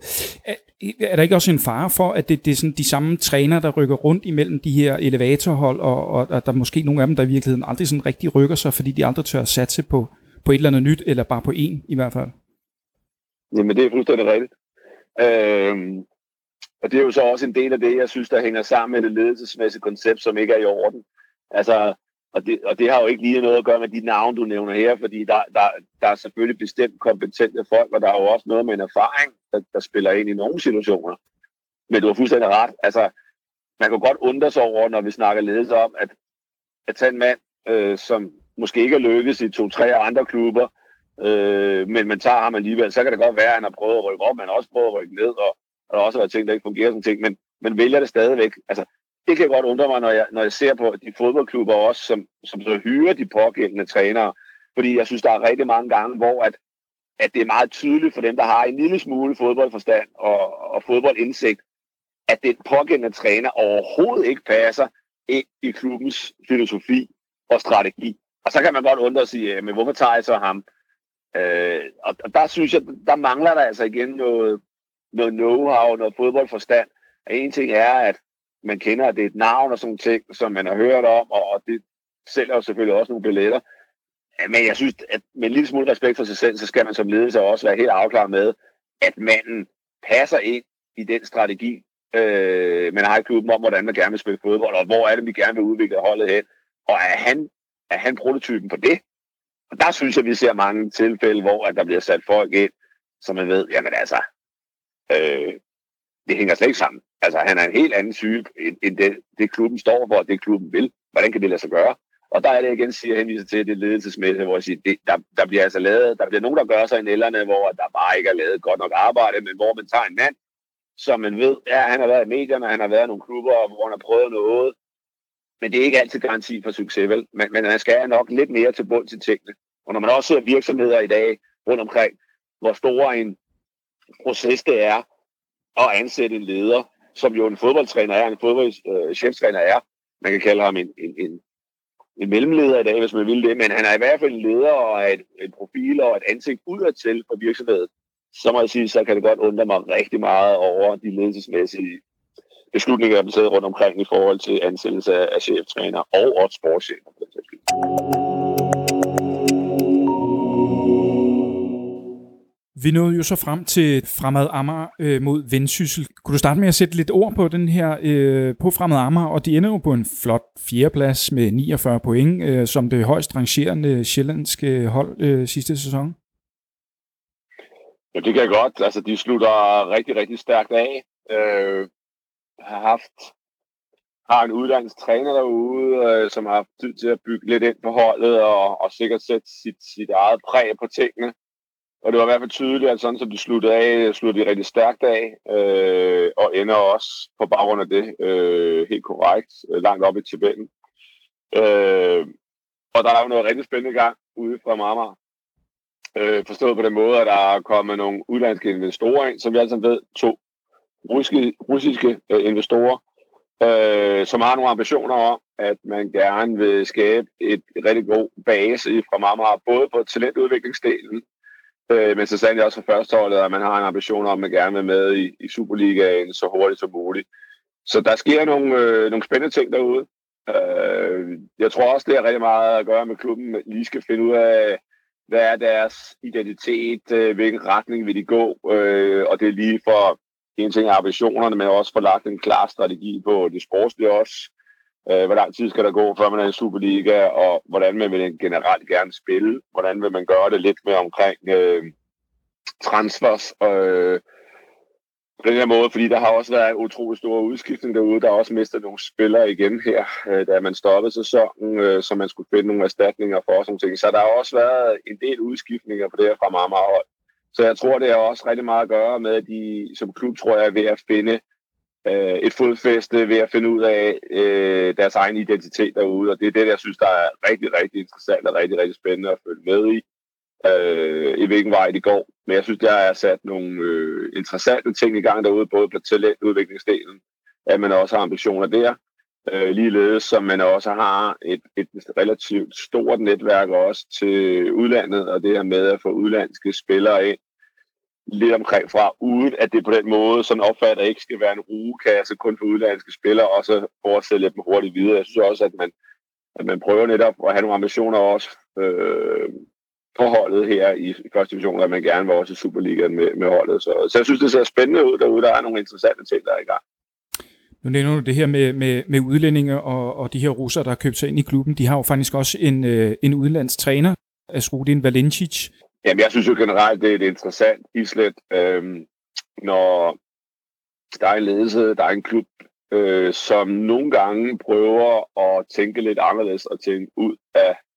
Er der ikke også en fare for, at det, det er sådan de samme trænere, der rykker rundt imellem de her elevatorhold, og, og at der måske nogle af dem, der i virkeligheden aldrig sådan rigtig rykker sig, fordi de aldrig tør at satse på, på et eller andet nyt, eller bare på en i hvert fald? Jamen, det er fuldstændig rigtigt. Øhm, og det er jo så også en del af det, jeg synes, der hænger sammen med det ledelsesmæssige koncept, som ikke er i orden. Altså, og det, og det har jo ikke lige noget at gøre med de navne, du nævner her, fordi der, der, der er selvfølgelig bestemt kompetente folk, og der er jo også noget med en erfaring, der, der spiller ind i nogle situationer. Men du har fuldstændig ret. Altså, man kan godt undre sig over, når vi snakker ledelse om, at, at tage en mand, øh, som måske ikke er lykkes i to-tre andre klubber, øh, men man tager ham alligevel, så kan det godt være, at han har prøvet at rykke op, men han har også prøvet at rykke ned, og, og der har også været ting, der ikke fungerer sådan ting, men, men vælger det stadigvæk. Altså, det kan godt undre mig, når jeg, når jeg ser på de fodboldklubber også, som, som så hyrer de pågældende trænere, fordi jeg synes, der er rigtig mange gange, hvor at, at det er meget tydeligt for dem, der har en lille smule fodboldforstand og, og fodboldindsigt, at den pågældende træner overhovedet ikke passer ind i klubbens filosofi og strategi. Og så kan man godt undre og sige, men hvorfor tager jeg så ham? Øh, og, og der synes jeg, der mangler der altså igen noget, noget know-how, noget fodboldforstand. Og en ting er, at man kender, at det er et navn og sådan ting, som man har hørt om, og, og det sælger jo selvfølgelig også nogle billetter. Men jeg synes, at med en lille smule respekt for sig selv, så skal man som ledelse også være helt afklaret med, at manden passer ind i den strategi, øh, man har i klubben om, hvordan man gerne vil spille fodbold, og hvor er det, vi gerne vil udvikle holdet hen. Og er han, er han prototypen på det? Og der synes jeg, vi ser mange tilfælde, hvor at der bliver sat folk ind, så man ved, jamen altså, øh, det hænger slet ikke sammen. Altså, han er en helt anden type, end, end det, det klubben står for, og det klubben vil. Hvordan kan det lade sig gøre? Og der er det igen, siger jeg henviser til det ledelsesmæssige, hvor jeg siger, det, der, der bliver altså lavet, der bliver nogen, der gør sig i nælderne, hvor der bare ikke er lavet godt nok arbejde, men hvor man tager en mand, som man ved, ja, han har været i medierne, han har været i nogle klubber, hvor han har prøvet noget, men det er ikke altid garanti for succes, vel? Men, men man skal nok lidt mere til bund til tingene. Og når man også ser virksomheder i dag rundt omkring, hvor stor en proces det er at ansætte en leder, som jo en fodboldtræner er, en fodboldcheftræner er, man kan kalde ham en, en, en en mellemleder i dag, hvis man vil det, men han er i hvert fald en leder og et, et profil og et ansigt udadtil for virksomheden. Så må jeg sige, så kan det godt undre mig rigtig meget over de ledelsesmæssige beslutninger, der er taget rundt omkring i forhold til ansættelse af cheftræner og også sportschefer. Vi nåede jo så frem til Fremad Amager øh, mod Vendsyssel. Kunne du starte med at sætte lidt ord på den her øh, på Fremad Amager, og de ender jo på en flot fjerdeplads med niogfyrre point, øh, som det højst rangerende sjællandske hold øh, sidste sæson. Ja, det kan jeg godt. Altså, de slutter rigtig, rigtig stærkt af. Øh, har haft har en uddannelsestræner derude, øh, som har haft tid til at bygge lidt ind på holdet og, og sikkert sætte sit, sit eget præg på tingene. Og det var i hvert fald tydeligt, at sådan som de sluttede af, sluttede de rigtig stærkt af, øh, og ender også på baggrund af det øh, helt korrekt, øh, langt op i tabellen. Øh, og der er jo noget rigtig spændende i gang ude fra Amager. Øh, forstået på den måde, at der er kommet nogle udlandske investorer ind, som vi altså ved, to russiske, russiske øh, investorer, øh, som har nogle ambitioner om, at man gerne vil skabe et rigtig god base fra Amager, både på talentudviklingsdelen, Øh, men så sandelig også for førsteholdet, at man har en ambition om, at man gerne vil med i, i Superligaen så hurtigt som muligt. Så der sker nogle, øh, nogle spændende ting derude. Øh, jeg tror også, det har rigtig meget at gøre med klubben. Lige skal finde ud af, hvad er deres identitet, øh, hvilken retning vil de gå. Øh, og det er lige for en ting af ambitionerne, men også for lagt en klar strategi på det sportslige også. Øh, hvor lang tid skal der gå, før man er i Superliga, og hvordan vil man generelt gerne spille? Hvordan vil man gøre det lidt mere omkring øh, transfers øh, på den her måde? Fordi der har også været en utrolig stor udskiftning derude. Der har også mistet nogle spillere igen her, øh, da man stoppede sæsonen, øh, så man skulle finde nogle erstatninger for og sådan ting. Så der har også været en del udskiftninger på det her fra Amager-hold. Så jeg tror, det har også rigtig meget at gøre med, at de som klub, tror jeg, er ved at finde et fodfæste ved at finde ud af øh, deres egen identitet derude, og det er det, jeg synes, der er rigtig, rigtig interessant og rigtig, rigtig spændende at følge med i, øh, i hvilken vej de går. Men jeg synes, der er sat nogle øh, interessante ting i gang derude, både på talentudviklingsdelen, at man også har ambitioner der, øh, ligeledes som man også har et, et relativt stort netværk også til udlandet, og det her med at få udlandske spillere ind, lidt omkring fra, uden at det på den måde, sådan opfatter ikke skal være en rugekasse kun for udlandske spillere, og så fortsætte dem hurtigt videre. Jeg synes også, at man, at man prøver netop at have nogle ambitioner også øh, på holdet her i, i første division, at man gerne vil også i Superligaen med, med holdet. Så, så jeg synes, det ser spændende ud derude. Der er nogle interessante ting, der er i gang. Nu nævner du det her med, med, med udlændinge og, og de her russere, der har købt sig ind i klubben. De har jo faktisk også en, øh, en udlandstræner, Asrudin Valencic. Jamen, jeg synes jo generelt, det er et interessant islet, øhm, når der er en ledelse, der er en klub, øh, som nogle gange prøver at tænke lidt anderledes og tænke ud af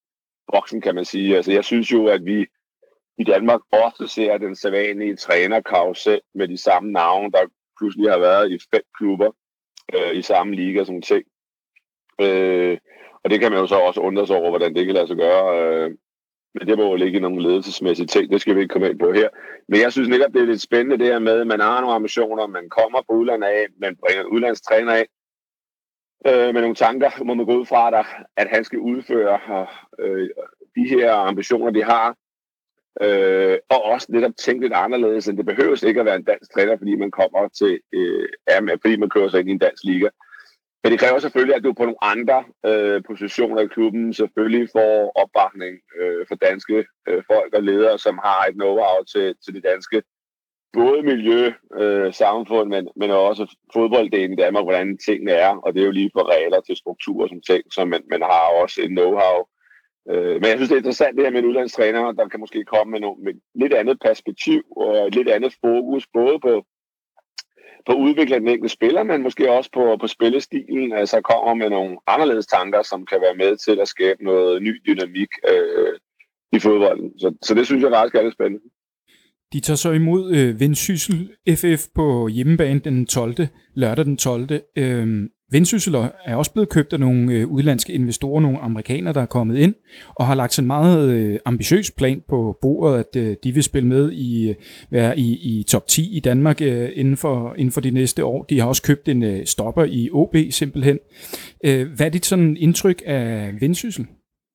boksen, kan man sige. Altså, jeg synes jo, at vi i Danmark ofte ser den sædvanlige trænerkarusel med de samme navne, der pludselig har været i fem klubber øh, i samme liga som ting. Øh, og det kan man jo så også undre sig over, hvordan det kan lade sig gøre. Øh, men det må jo ligge i nogle ledelsesmæssige ting. Det skal vi ikke komme ind på her. Men jeg synes netop, det er lidt spændende det her med, at man har nogle ambitioner, man kommer på udlandet af, man bringer en udlandstræner af, øh, med nogle tanker, må man gå ud fra, der, at han skal udføre øh, de her ambitioner, de har. Øh, og også netop tænke lidt anderledes, end det behøves ikke at være en dansk træner, fordi man kommer til, øh, ja, fordi man kører sig ind i en dansk liga. Men det kræver selvfølgelig, at du på nogle andre øh, positioner i klubben selvfølgelig får opbakning øh, for danske øh, folk og ledere, som har et know-how til, til det danske både miljø, øh, samfund, men, men også fodbolddelen i Danmark, hvordan tingene er. Og det er jo lige fra regler til strukturer som ting, så man, man har også et know-how. Øh, men jeg synes, det er interessant det her med en udlandstræner, der kan måske komme med, nogle, med lidt andet perspektiv og et lidt andet fokus, både på på udvikle den enkelte spiller, men måske også på, på spillestilen, altså kommer med nogle anderledes tanker, som kan være med til at skabe noget ny dynamik øh, i fodbolden. Så, så det synes jeg faktisk er lidt spændende. De tager så imod øh, Vendsyssel F F på hjemmebane den tolvte lørdag den tolvte Øh, Vendsyssel er også blevet købt af nogle øh, udlandske investorer, nogle amerikanere, der er kommet ind, og har lagt sådan en meget øh, ambitiøs plan på bordet, at øh, de vil spille med i, være i, i top ti i Danmark øh, inden, for, inden for de næste år. De har også købt en øh, stopper i O B simpelthen. Øh, hvad er dit sådan indtryk af Vendsyssel?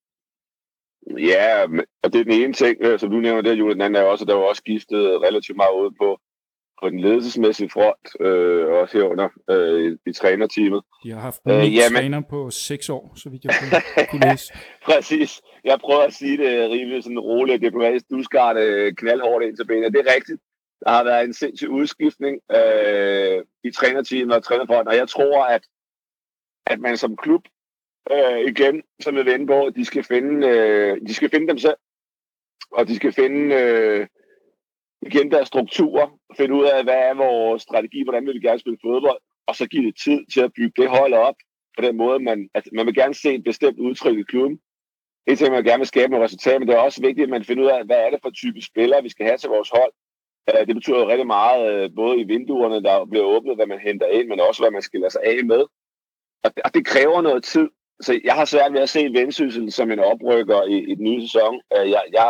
Ja, og det er den ene ting, som du nævner der, Julie. Den anden er også, at der var også skiftet relativt meget ud på på den ledelsesmæssige front, øh, også herunder øh, i, i trænerteamet. De har haft en øh, ja, træner men... på seks år, så vidt jeg kunne, kunne læse. Præcis. Jeg prøver at sige det rimelig sådan roligt, diplomatisk, du skar det knaldhårdt ind til benet. Det er rigtigt. Der har været en sindssyg udskiftning øh, i trænerteamet og trænerfronten, og jeg tror, at, at man som klub øh, igen, som jeg vender på, de skal finde, øh, de skal finde dem selv, og de skal finde øh, igen deres strukturer, finde ud af, hvad er vores strategi, hvordan vil vi gerne spille fodbold, og så give det tid til at bygge det hold op på den måde, man, at man vil gerne se et bestemt udtryk i klubben. En ting, man gerne vil skabe nogle resultater, men det er også vigtigt, at man finder ud af, hvad er det for type spillere, vi skal have til vores hold. Det betyder jo rigtig meget, både i vinduerne, der bliver åbnet, hvad man henter ind, men også, hvad man skiller sig af med. Og det kræver noget tid. Så jeg har svært ved at se Vendsyssel som en oprykker i, i den nye sæson. Jeg, jeg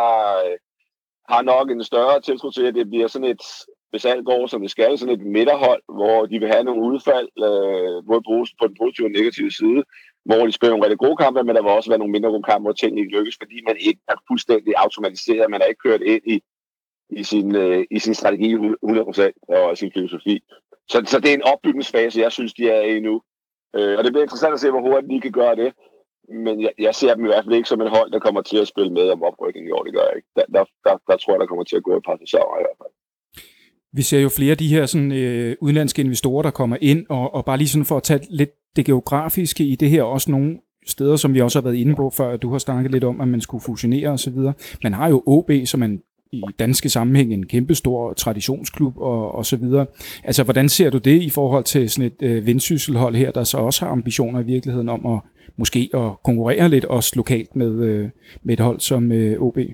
har nok en større tiltro til, at det bliver sådan et, hvis alt går som det skal, sådan et midterhold, hvor de vil have nogle udfald, øh, både på den positive og negative side, hvor de spiller nogle rigtig gode kampe, men der vil også være nogle mindre gode kampe, hvor tingene ikke lykkes, fordi man ikke er fuldstændig automatiseret, man er ikke kørt ind i, i, sin, øh, i sin strategi hundrede procent og sin filosofi. Så, så det er en opbygningsfase, jeg synes, de er i nu. Øh, og det bliver interessant at se, hvor hurtigt de kan gøre det. Men jeg, jeg ser dem i hvert fald ikke som et hold, der kommer til at spille med om oprykning i år. Det gør jeg ikke. Der, der, der, der tror jeg, der kommer til at gå et par sæsoner i hvert fald. Vi ser jo flere af de her sådan, øh, udenlandske investorer, der kommer ind, og, og bare lige sådan for at tage lidt det geografiske i det her, også nogle steder, som vi også har været inde på før, du har snakket lidt om, at man skulle fusionere osv. Man har jo O B, som en i danske sammenhæng en kæmpestor traditionsklub og, og så videre. Altså, hvordan ser du det i forhold til sådan et øh, Vendsyssel-hold her, der så også har ambitioner i virkeligheden om at måske at konkurrere lidt også lokalt med, øh, med et hold som øh, O B?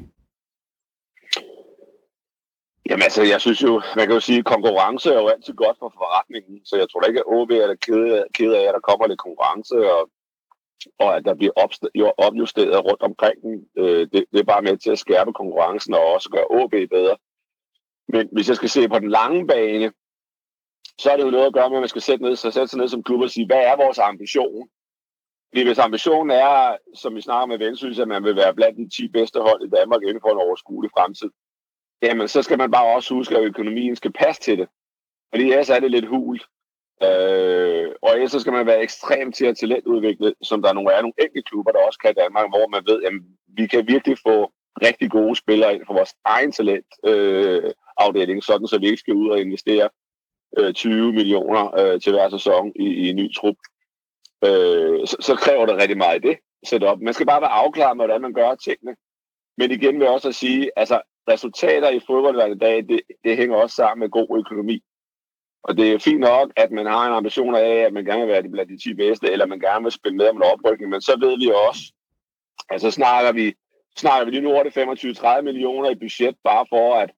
Jamen altså, jeg synes jo, man kan jo sige, at konkurrence er jo altid godt for forretningen, så jeg tror da ikke, at O B er ked, ked af, at der kommer lidt konkurrence, og, og at der bliver opjusteret rundt omkring den. Det, det er bare med til at skærpe konkurrencen og også gøre O B bedre. Men hvis jeg skal se på den lange bane, så er det jo noget at gøre med, at man skal sætte, ned, så sætte sig ned som klub og sige, hvad er vores ambition? Fordi hvis ambitionen er, som vi snakker med Vendsyssel, at man vil være blandt de ti bedste hold i Danmark inden for en overskuelig fremtid, jamen så skal man bare også huske, at økonomien skal passe til det. Fordi ellers er det lidt hult. Øh, og ellers så skal man være ekstremt til at talentudvikle, som der er nogle, er nogle enkelte klubber, der også kan i Danmark, hvor man ved, at vi kan virkelig få rigtig gode spillere ind for vores egen talentafdeling, øh, sådan så vi ikke skal ud og investere øh, tyve millioner øh, til hver sæson i, i en ny trup. Øh, så, så kræver det rigtig meget i det setup. Man skal bare være afklaret med, hvordan man gør tingene. Men igen vil jeg også at sige, altså resultater i fodboldverdenen i dag, det, det hænger også sammen med god økonomi. Og det er fint nok, at man har en ambition af, at man gerne vil være blandt de ti bedste, eller man gerne vil spille med om en oprykning, men så ved vi også, at så snakker vi snakker vi lige nu over det femogtyve til tredive millioner i budget, bare for at,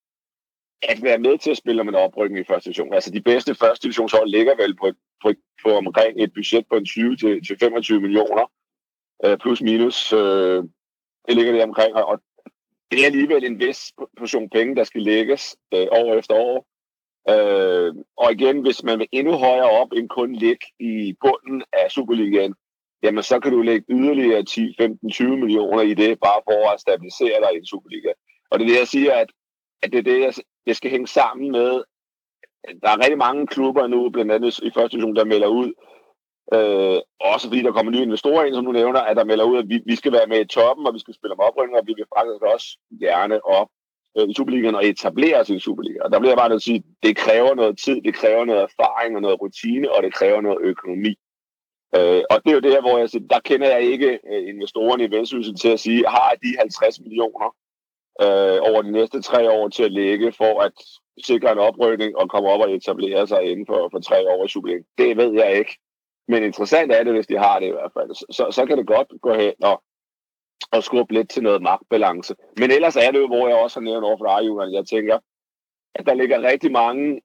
at være med til at spille om en oprykning i første division. Altså de bedste første divisionshold ligger vel på, på, på omkring et budget på en tyve til femogtyve millioner, øh, plus minus. Øh, det ligger der omkring, og det er alligevel en vis portion penge, der skal lægges øh, år efter år. Øh, og igen, hvis man vil endnu højere op end kun ligge i bunden af Superligaen, jamen så kan du lægge yderligere ti, femten, tyve millioner i det, bare for at stabilisere dig i en Superliga. Og det er det, jeg siger, at, at det er det, jeg, det skal hænge sammen med. Der er rigtig mange klubber nu, blandt andet i første division, der melder ud, øh, også fordi der kommer nye investorer ind, som du nævner, at der melder ud, at vi, vi skal være med i toppen, og vi skal spille om oprykning, og vi vil faktisk også gerne op øh, i Superligaen og etablere os i en Superliga. Og der bliver jeg bare nødt til at sige, det kræver noget tid, det kræver noget erfaring og noget rutine, og det kræver noget økonomi. Øh, og det er jo det her, hvor jeg siger, der kender jeg ikke øh, investorerne i Vendsyssel til at sige, har de halvtreds millioner øh, over de næste tre år til at lægge for at sikre en oprykning og komme op og etablere sig inden for, for tre år i Superligaen. Det ved jeg ikke. Men interessant er det, hvis de har det i hvert fald. Så, så kan det godt gå hen og, og skubbe lidt til noget magtbalance. Men ellers er det jo, hvor jeg også har nævnt over for dig, Julian, jeg tænker, at der ligger rigtig mange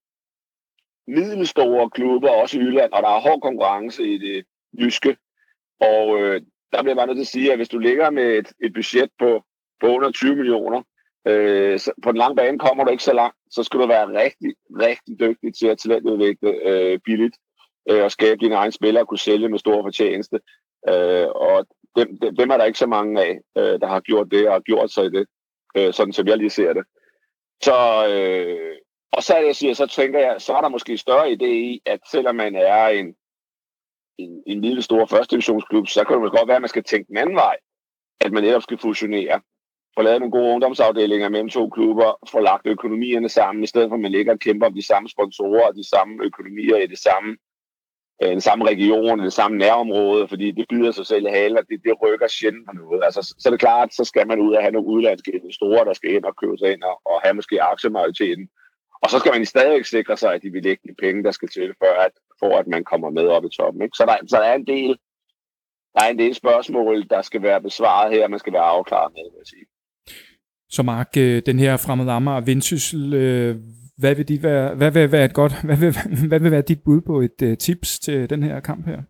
middelstore klubber, også i Jylland, og der er hård konkurrence i det jyske. Og øh, der bliver jeg bare nødt til at sige, at hvis du ligger med et, et budget på, på under tyve millioner, øh, så på den lange bane kommer du ikke så langt, så skal du være rigtig, rigtig dygtig til at talentudvikle øh, billigt, øh, og skabe dine egne spillere og kunne sælge med stor fortjeneste. Øh, og dem, dem, dem er der ikke så mange af, øh, der har gjort det og har gjort sig i det, øh, sådan som jeg lige ser det. Så... Øh, Og så, jeg siger, så tænker jeg, så er der måske større idé i, at selvom man er en, en, en lille stor første divisionsklub, så kan det måske godt være, at man skal tænke den anden vej. At man netop skal fusionere. Få lavet nogle gode ungdomsafdelinger mellem to klubber, få lagt økonomierne sammen, i stedet for at man ligger og kæmper om de samme sponsorer og de samme økonomier i det samme, øh, den samme region, i det samme nærområde, fordi det byder sig selv i halen, og det, det rykker sjældent på noget. Altså, så er det klart, så skal man ud og have nogle udlandske investorer, der skal ind og købe sig ind og, og have måske aktiemajoriteten. Og så skal man stadigvæk sikre sig, at de vil lægge de penge, der skal til, for at, for at man kommer med op i toppen. Ikke? Så, der, så der er en del, der er en del spørgsmål, der skal være besvaret her, man skal være afklaret med, vil jeg sige. Så Mark, den her Fremad Amager Vendsyssel, hvad vil, de være, hvad vil være et godt, hvad vil, hvad vil være dit bud på et tips til den her kamp her?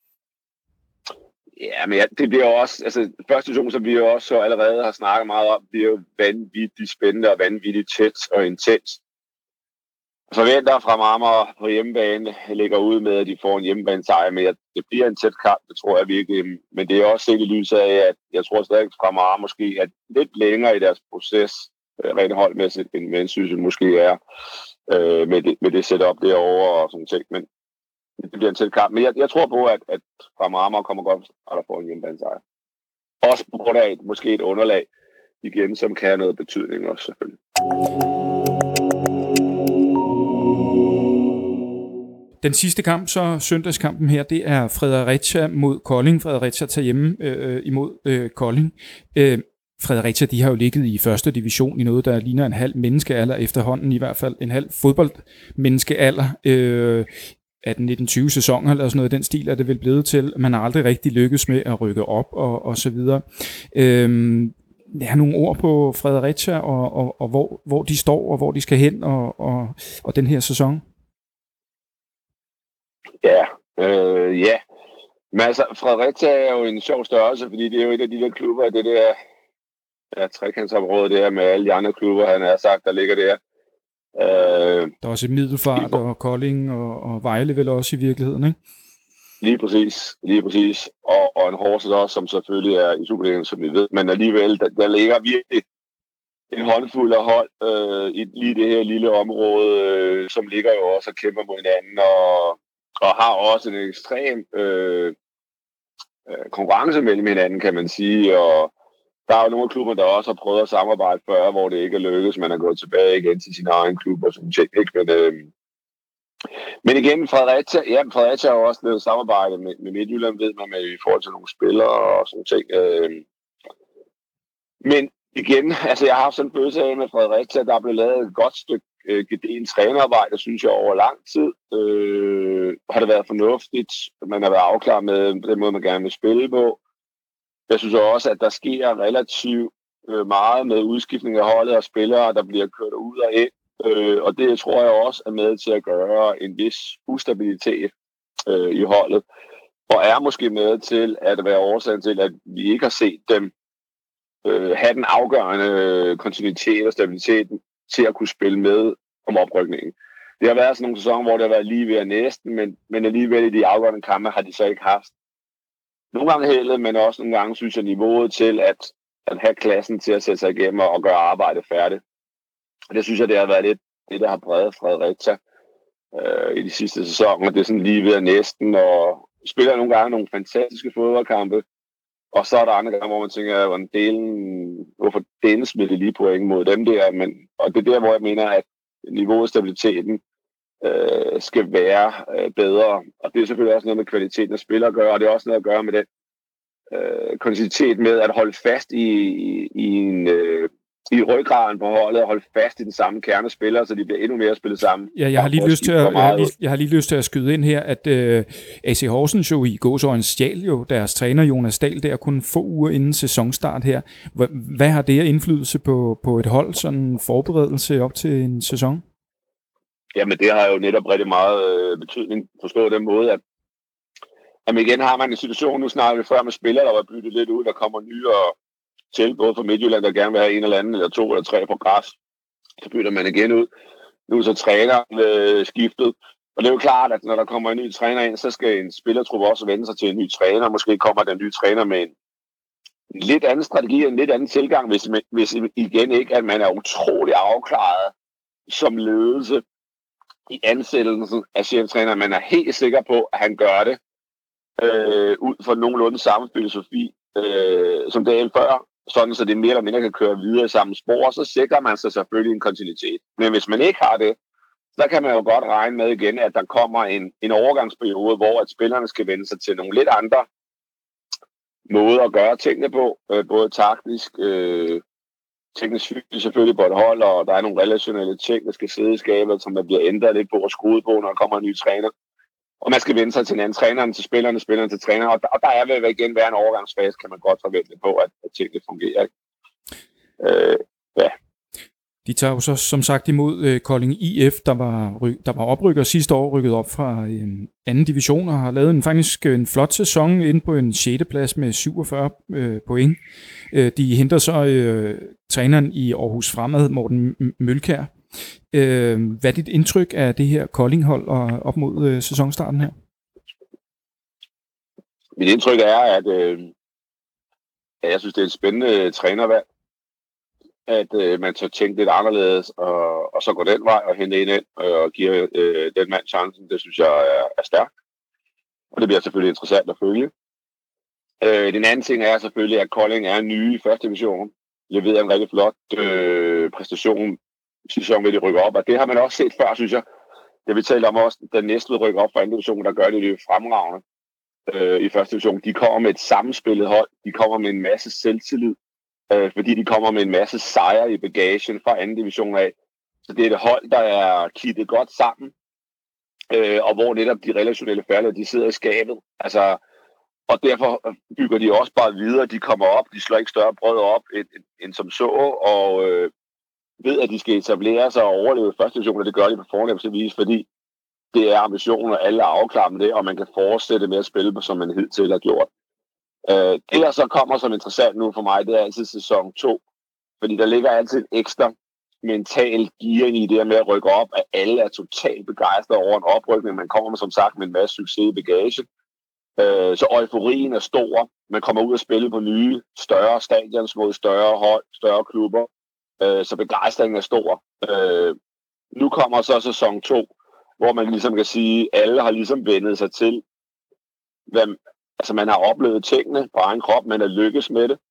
Ja, men ja, det bliver jo også, altså første division, som vi jo også allerede har snakket meget om, det er jo vanvittigt spændende og vanvittigt tæt og intens. Forventer fra Amager på hjemmebane ligger ud med, at de får en hjemmebane-sejr, men det bliver en tæt kamp, det tror jeg virkelig. Men det er også set i lyset af, at jeg tror stadig fra Amager måske er lidt længere i deres proces, rent holdmæssigt, end Vendsyssel måske er øh, med, det, med det setup derovre og sådan ting. Men det bliver en tæt kamp. Men jeg, jeg tror på, at, at fra Amager kommer godt, og der får en hjemmebane-sejr. Også på grund af et, måske et underlag igen, som kan have noget betydning også selvfølgelig. Den sidste kamp, så søndagskampen her, det er Fredericia mod Kolding. Fredericia tager hjemme øh, imod øh, Kolding. Øh, Fredericia, de har jo ligget i første division i noget, der ligner en halv menneskealder efterhånden, i hvert fald en halv fodboldmenneskealder. Øh, atten nitten tyve sæsoner eller sådan noget, den stil er det vel blevet til. Man har aldrig rigtig lykkes med at rykke op og, og så videre. Øh, Jeg har nogle ord på Fredericia, og, og, og hvor, hvor de står, og hvor de skal hen, og, og, og den her sæson. Ja, øh, ja. Men altså, Fredericia er jo en sjov størrelse, fordi det er jo et af de der klubber, det der ja, trekantsområde der med alle de andre klubber, han har sagt, der ligger der. Øh, der er også Middelfart og Kolding og, og Vejle vel også i virkeligheden, ikke? Lige præcis, lige præcis. Og, og en Horsens også, som selvfølgelig er i Superligaen, som vi ved. Men alligevel, der, der ligger virkelig en håndfuld af hold øh, i lige det her lille område, øh, som ligger jo også og kæmper mod hinanden, og, og har også en ekstrem øh, konkurrence mellem hinanden, kan man sige. Og der er jo nogle klubber, der også har prøvet at samarbejde før, hvor det ikke er lykkedes. Man er gået tilbage igen til sin egen klub og sådan ting, ikke? Men, øh, men igen, Fredericia, ja, Fredericia har jo også lavet samarbejde med, med Midtjylland, ved man, med, i forhold til nogle spillere og sådan ting. Øh. Men igen, altså jeg har haft sådan en følelse af med Fredericia, der er blevet lavet et godt stykke øh, gedent trænerarbejde, synes jeg, over lang tid. Øh, har det været fornuftigt, man har været afklaret med den måde, man gerne vil spille på. Jeg synes også, at der sker relativt øh, meget med udskiftning af holdet og spillere, der bliver kørt ud og ind. Øh, og det tror jeg også er med til at gøre en vis ustabilitet øh, i holdet. Og er måske med til at være årsagen til, at vi ikke har set dem øh, have den afgørende kontinuitet og stabilitet til at kunne spille med om oprykningen. Det har været sådan nogle sæsoner, hvor det har været lige ved at næsten, men, men alligevel i de afgørende kampe har de så ikke haft nogle gange heldet, men også nogle gange synes jeg niveauet til at, at have klassen til at sætte sig igennem og gøre arbejdet færdigt. Og det synes jeg, det har været lidt det, der har præget Fredericia øh, i de sidste sæsoner. Det er sådan lige ved at næsten, og spiller nogle gange nogle fantastiske fodboldkampe, og så er der andre gange, hvor man tænker, hvordan delen, hvorfor delen smitter lige point mod dem der. Men, og det er der, hvor jeg mener, at niveauet og stabiliteten øh, skal være øh, bedre. Og det er selvfølgelig også noget med kvaliteten af spillere at gøre, og det er også noget at gøre med den øh, kontinuitet med at holde fast i, i, i en... Øh, i ryggraden på holdet og holde fast i den samme kernespiller, så de bliver endnu mere spillet sammen. Ja, jeg har lige lyst til at, jeg har lige, jeg har lige lyst til at skyde ind her, at øh, A C Horsens jo i gåseøjne stjal jo deres træner Jonas Dahl der kun få uger inden sæsonstart her. H- hvad har det af indflydelse på, på et hold, sådan forberedelse op til en sæson? Jamen det har jo netop rigtig meget øh, betydning, forstået den måde, at jamen igen har man en situation, nu snakker vi før med spillere, der var byttet lidt ud, der kommer nye og til, både fra Midtjylland, der gerne vil have en eller anden, eller to eller tre på græs. Så bytter man igen ud. Nu er så træner øh, skiftet. Og det er jo klart, at når der kommer en ny træner ind, så skal en spillertruppe også vende sig til en ny træner. Måske kommer den nye træner med en, en lidt anden strategi, en lidt anden tilgang, hvis, hvis igen ikke, at man er utrolig afklaret som ledelse i ansættelsen af cheftræner. Man er helt sikker på, at han gør det øh, ud fra nogenlunde samme filosofi, øh, som dagen før. Sådan så det mere eller mindre kan køre videre i samme spor, så sikrer man sig selvfølgelig en kontinuitet. Men hvis man ikke har det, så kan man jo godt regne med igen, at der kommer en, en overgangsperiode, hvor at spillerne skal vende sig til nogle lidt andre måder at gøre tingene på, øh, både taktisk, øh, teknisk fysisk selvfølgelig på et hold, og der er nogle relationelle ting, der skal sidde i skabet, som der bliver ændret lidt på og skruet på, når der kommer en ny træner. Og man skal vende sig til en anden træneren, til spillerne, spillerne til træner, og der, og der er vel igen være en overgangsfase, kan man godt forvente på, at, at tingene fungerer. Øh, ja. De tager jo så som sagt imod øh, Kolding I F, der var, ry- der var oprykker sidste år, rykket op fra en anden division, og har lavet en, faktisk en flot sæson inde på en sjette plads med syvogfyrre øh, point. Øh, de henter så øh, træneren i Aarhus Fremad, Morten Mølkær. Øh, hvad er dit indtryk af det her Kolding-hold og op mod øh, sæsonstarten her? Mit indtryk er, at, øh, at jeg synes, det er et spændende trænervalg. At øh, man så tænke lidt anderledes, og, og så går den vej og hente en ind og giver øh, den mand chancen. Det synes jeg er, er stærkt. Og det bliver selvfølgelig interessant at følge. Øh, den anden ting er selvfølgelig, at Kolding er nye i første division. Leverer en rigtig flot øh, præstation sæson ved de rykker op, og det har man også set før, synes jeg. Det vi talte om også, den næste rykker op fra anden division, der gør det jo fremragende øh, i første division. De kommer med et sammenspillet hold, de kommer med en masse selvtillid, øh, fordi de kommer med en masse sejre i bagagen fra anden division af. Så det er et hold, der er kittet godt sammen, øh, og hvor netop de relationelle færdigheder, de sidder i skabet. Altså, og derfor bygger de også bare videre, de kommer op, de slår ikke større brød op end, end, end som så, og øh, ved, at de skal etablere sig og overleve i første division, og det gør de på fornemmelse vis, fordi det er ambitioner, og alle er afklaret med det, og man kan fortsætte med at spille på, som man hidtil har gjort. Øh, det, der så kommer som interessant nu for mig, det er altid sæson to, fordi der ligger altid en ekstra mental gearing i det med at rykke op, at alle er totalt begejstrede over en oprykning. Man kommer som sagt med en masse succes i bagagen, øh, så euforien er stor. Man kommer ud og spille på nye, større stadions mod større hold, større klubber. Så begejstringen er stor. Øh, nu kommer så sæson to, hvor man ligesom kan sige, at alle har ligesom vendet sig til, hvad, altså man har oplevet tingene på egen krop, man har lykkes med det.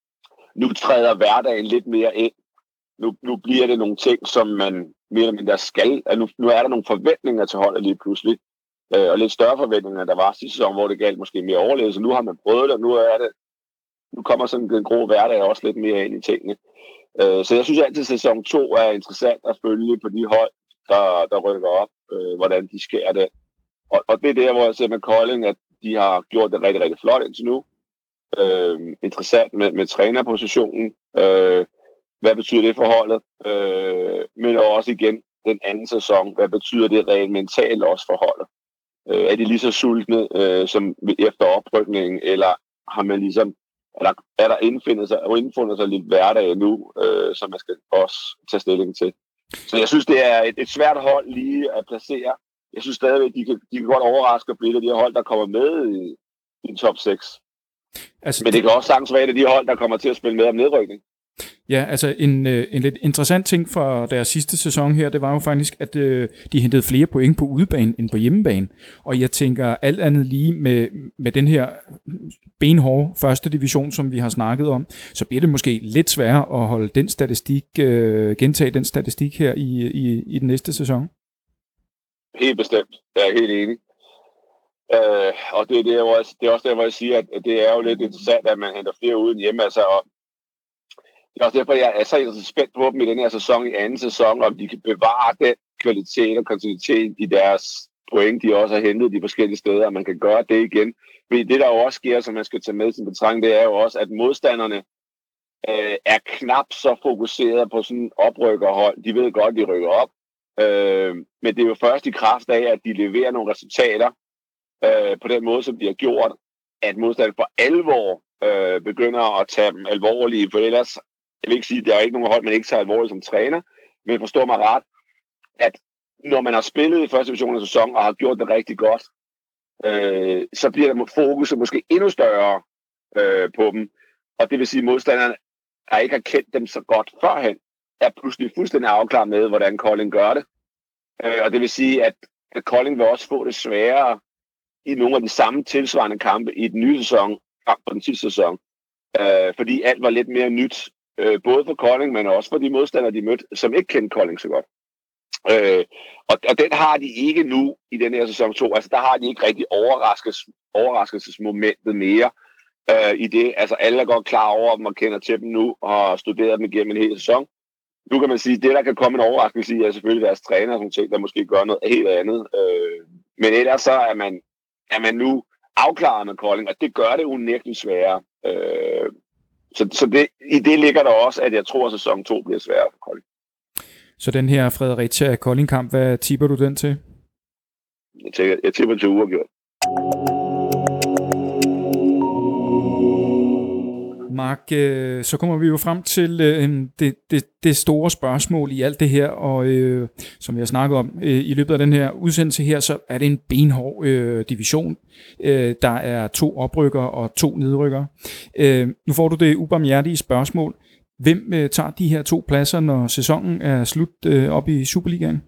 Nu træder hverdagen lidt mere ind. Nu, nu bliver det nogle ting, som man mere eller mindre skal. Altså nu, nu er der nogle forventninger til holdet lige pludselig, øh, og lidt større forventninger, der var sidste sæson, hvor det galt måske mere overlevelse. Nu har man prøvet det, og nu er det, nu kommer sådan den grå hverdag også lidt mere ind i tingene. Så jeg synes altid, at sæson to er interessant at følge på de hold, der, der rykker op, øh, hvordan de skærer det. Og, og det er der, hvor jeg ser med Kolding, at de har gjort det rigtig, rigtig flot indtil nu. Øh, interessant med, med trænerpositionen. Øh, hvad betyder det for holdet? Øh, men også igen, den anden sæson, hvad betyder det rent mentalt også for holdet? Øh, er de lige så sultne øh, som efter oprykningen, eller har man ligesom, er der, er der indfundet sig, indfundet sig lidt hverdag nu, øh, som man skal også tage stilling til? Så jeg synes, det er et, et svært hold lige at placere. Jeg synes stadigvæk, de kan, de kan godt overraske og blive af de her hold, der kommer med i, i top seks. Altså, men det kan også sagtens være et af de hold, der kommer til at spille med om nedrykning. Ja, altså en, en lidt interessant ting fra deres sidste sæson her, det var jo faktisk, at øh, de hentede flere point på udebane end på hjemmebane. Og jeg tænker alt andet lige med, med den her benhårde første division, som vi har snakket om, så bliver det måske lidt sværere at holde den statistik, øh, gentage den statistik her i, i, i den næste sæson. Helt bestemt. Jeg er helt enig. Øh, og det er, det, også, det er også der, hvor jeg siger, at det er jo lidt interessant, at man henter flere uden hjemme. Altså, og det er også derfor, jeg er så spændt på dem i den her sæson, i anden sæson, om de kan bevare den kvalitet og kontinuitet i deres point, de også har hentet de forskellige steder, og man kan gøre det igen. Men det, der jo også sker, som man skal tage med sin betragtning, det er jo også, at modstanderne øh, er knap så fokuseret på sådan en oprykkerhold. De ved godt, de rykker op. Øh, men det er jo først i kraft af, at de leverer nogle resultater øh, på den måde, som de har gjort, at modstanderne for alvor øh, begynder at tage dem alvorlige, for ellers, jeg vil ikke sige, at der er ikke nogen hold, man ikke tager alvorligt som træner, men forstår mig ret, at når man har spillet i første division af sæson og har gjort det rigtig godt, øh, så bliver der fokus måske endnu større øh, på dem, og det vil sige, at modstanderne, der ikke har kendt dem så godt førhen, er pludselig fuldstændig afklaret med, hvordan Kolding gør det. Øh, og det vil sige, at Kolding vil også få det sværere i nogle af de samme tilsvarende kampe i den nye sæson, frem på den sidste sæson. Øh, fordi alt var lidt mere nyt, øh, både for Kolding, men også for de modstandere, de mødte, som ikke kendte Kolding så godt. Øh, og, og den har de ikke nu i den her sæson to. Altså, der har de ikke rigtig overraskelses, overraskelsesmomentet mere øh, i det. Altså, alle er godt klar over dem og kender til dem nu og har studeret dem igennem en hel sæson. Nu kan man sige, at det, der kan komme en overraskelse i, er selvfølgelig deres træner, som ting, der måske gør noget helt andet. Øh, men ellers så er man, er man nu afklaret med Kolding, og det gør det unægteligt sværere. Øh, så så det, i det ligger der også, at jeg tror, at sæson to bliver sværere for Kolding. Så den her Fredericia Kolding-kamp, hvad tipper du den til? Jeg, tænker, jeg tipper til uafgjort. Mark, øh, så kommer vi jo frem til øh, det, det, det store spørgsmål i alt det her, og øh, som vi har snakket om øh, i løbet af den her udsendelse her, så er det en benhård øh, division. Øh, der er to oprykker og to nedrykker. Øh, nu får du det ubarmhjertige spørgsmål. Hvem øh, tager de her to pladser, når sæsonen er slut øh, op i Superligaen?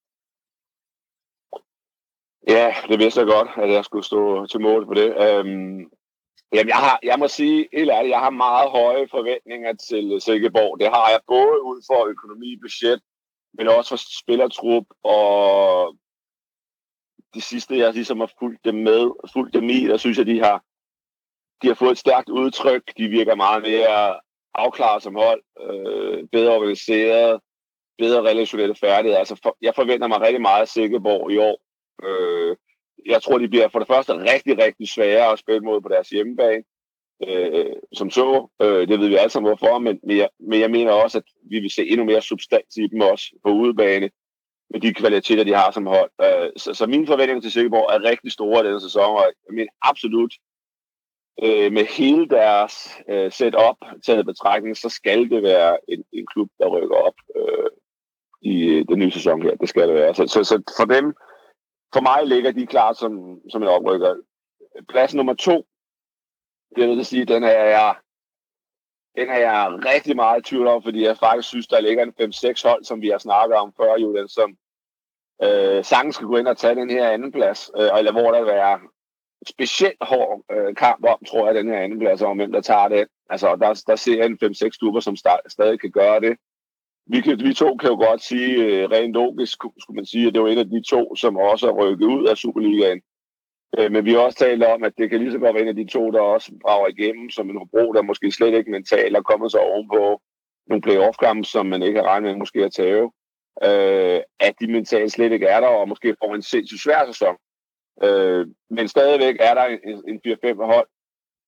Ja, det vidste jeg godt, at jeg skulle stå til mål for det. Øhm, jamen, jeg, har, jeg må sige, helt ærligt, jeg har meget høje forventninger til Silkeborg. Det har jeg både ud for økonomi, budget, men også for spillertrup, og det sidste, jeg ligesom har fulgt dem med, fulgt dem i, der synes jeg, de har, de har fået et stærkt udtryk. De virker meget mere afklaret som hold, øh, bedre organiseret, bedre relationelle færdigheder. Altså, for, jeg forventer mig rigtig meget af Silkeborg i år. Øh, jeg tror, de bliver for det første rigtig, rigtig svære at spille mod på deres hjemmebane, øh, som så. Øh, det ved vi alle sammen hvorfor, men, men, jeg, men jeg mener også, at vi vil se endnu mere substans i dem også på udebane, med de kvaliteter, de har som hold. Øh, så, så mine forventninger til Silkeborg er rigtig store denne sæson, og jeg mener absolut, øh, med hele deres øh, setup taget betragtning, så skal det være en, en klub, der rykker op øh, i den nye sæson her. Det skal det være. Så, så, så for dem, for mig ligger de klar som, som en oprykker. Plads nummer to, jeg vil sige, den er jeg, den er jeg rigtig meget i tvivl om, fordi jeg faktisk synes, der ligger en fem seks hold, som vi har snakket om før, Julian, som øh, sagtens skal gå ind og tage den her anden plads, øh, eller hvor der vil være specielt hård øh, kamp om, tror jeg, den her anden plads, om hvem der tager det. Altså, der, der ser jeg en fem seks klubber, som start, stadig kan gøre det. Vi, kan, vi to kan jo godt sige, øh, rent logisk skulle man sige, at det var en af de to, som også er rykket ud af Superligaen. Øh, men vi har også talt om, at det kan lige så godt være en af de to, der også brager igennem, som en Hobro, der måske slet ikke mentalt er kommet sig ovenpå nogle playoff-kampe, som man ikke har regnet med måske at tage. Øh, at de mentalt slet ikke er der, og måske får en sindssygt svær sæson. Øh, men stadigvæk er der en, en fire fem hold,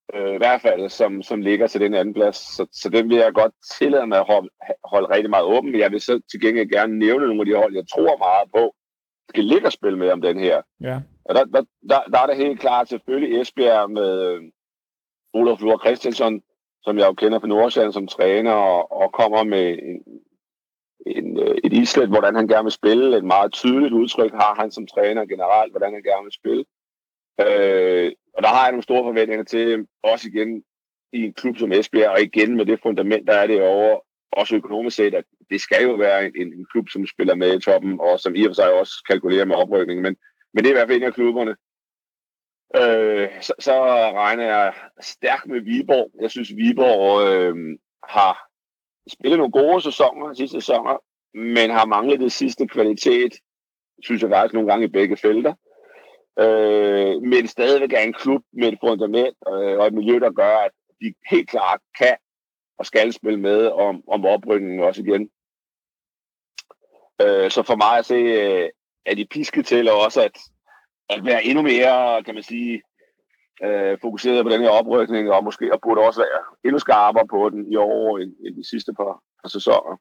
øh, i hvert fald, som, som ligger til den anden plads. Så, så den vil jeg godt tillade mig at holde, holde rigtig meget åben, men jeg vil så til gengæld gerne nævne nogle af de hold, jeg tror meget på, skal ligge og spille med om den her. Ja. Og der, der, der, der er det helt klart selvfølgelig Esbjerg med øh, Olaf Flor Christensen, som jeg jo kender fra Nordsjælland som træner, og, og kommer med en, en, et islet, hvordan han gerne vil spille. Et meget tydeligt udtryk har han som træner generelt, hvordan han gerne vil spille. Øh, og der har jeg nogle store forventninger til, også igen i en klub som Esbjerg, og igen med det fundament, der er det over, også økonomisk set, at det skal jo være en, en klub, som spiller med i toppen, og som i og for sig også kalkulerer med oprykning. Men, men det er i hvert fald en af klubberne. Øh, så, så regner jeg stærkt med Viborg. Jeg synes, Viborg øh, har spillet nogle gode sæsoner, sidste sæsoner, men har manglet det sidste kvalitet, synes jeg faktisk nogle gange i begge felter. Øh, men stadigvæk er en klub med et fundament øh, og et miljø, der gør, at de helt klart kan og skal spille med om, om oprykningen også igen. Øh, så for mig at se, øh, er de pisket til også at, at være endnu mere, kan man sige, øh, fokuseret på den her oprykning, og måske og burde også være endnu skarpere på den i år end, end de sidste par, par sæsoner.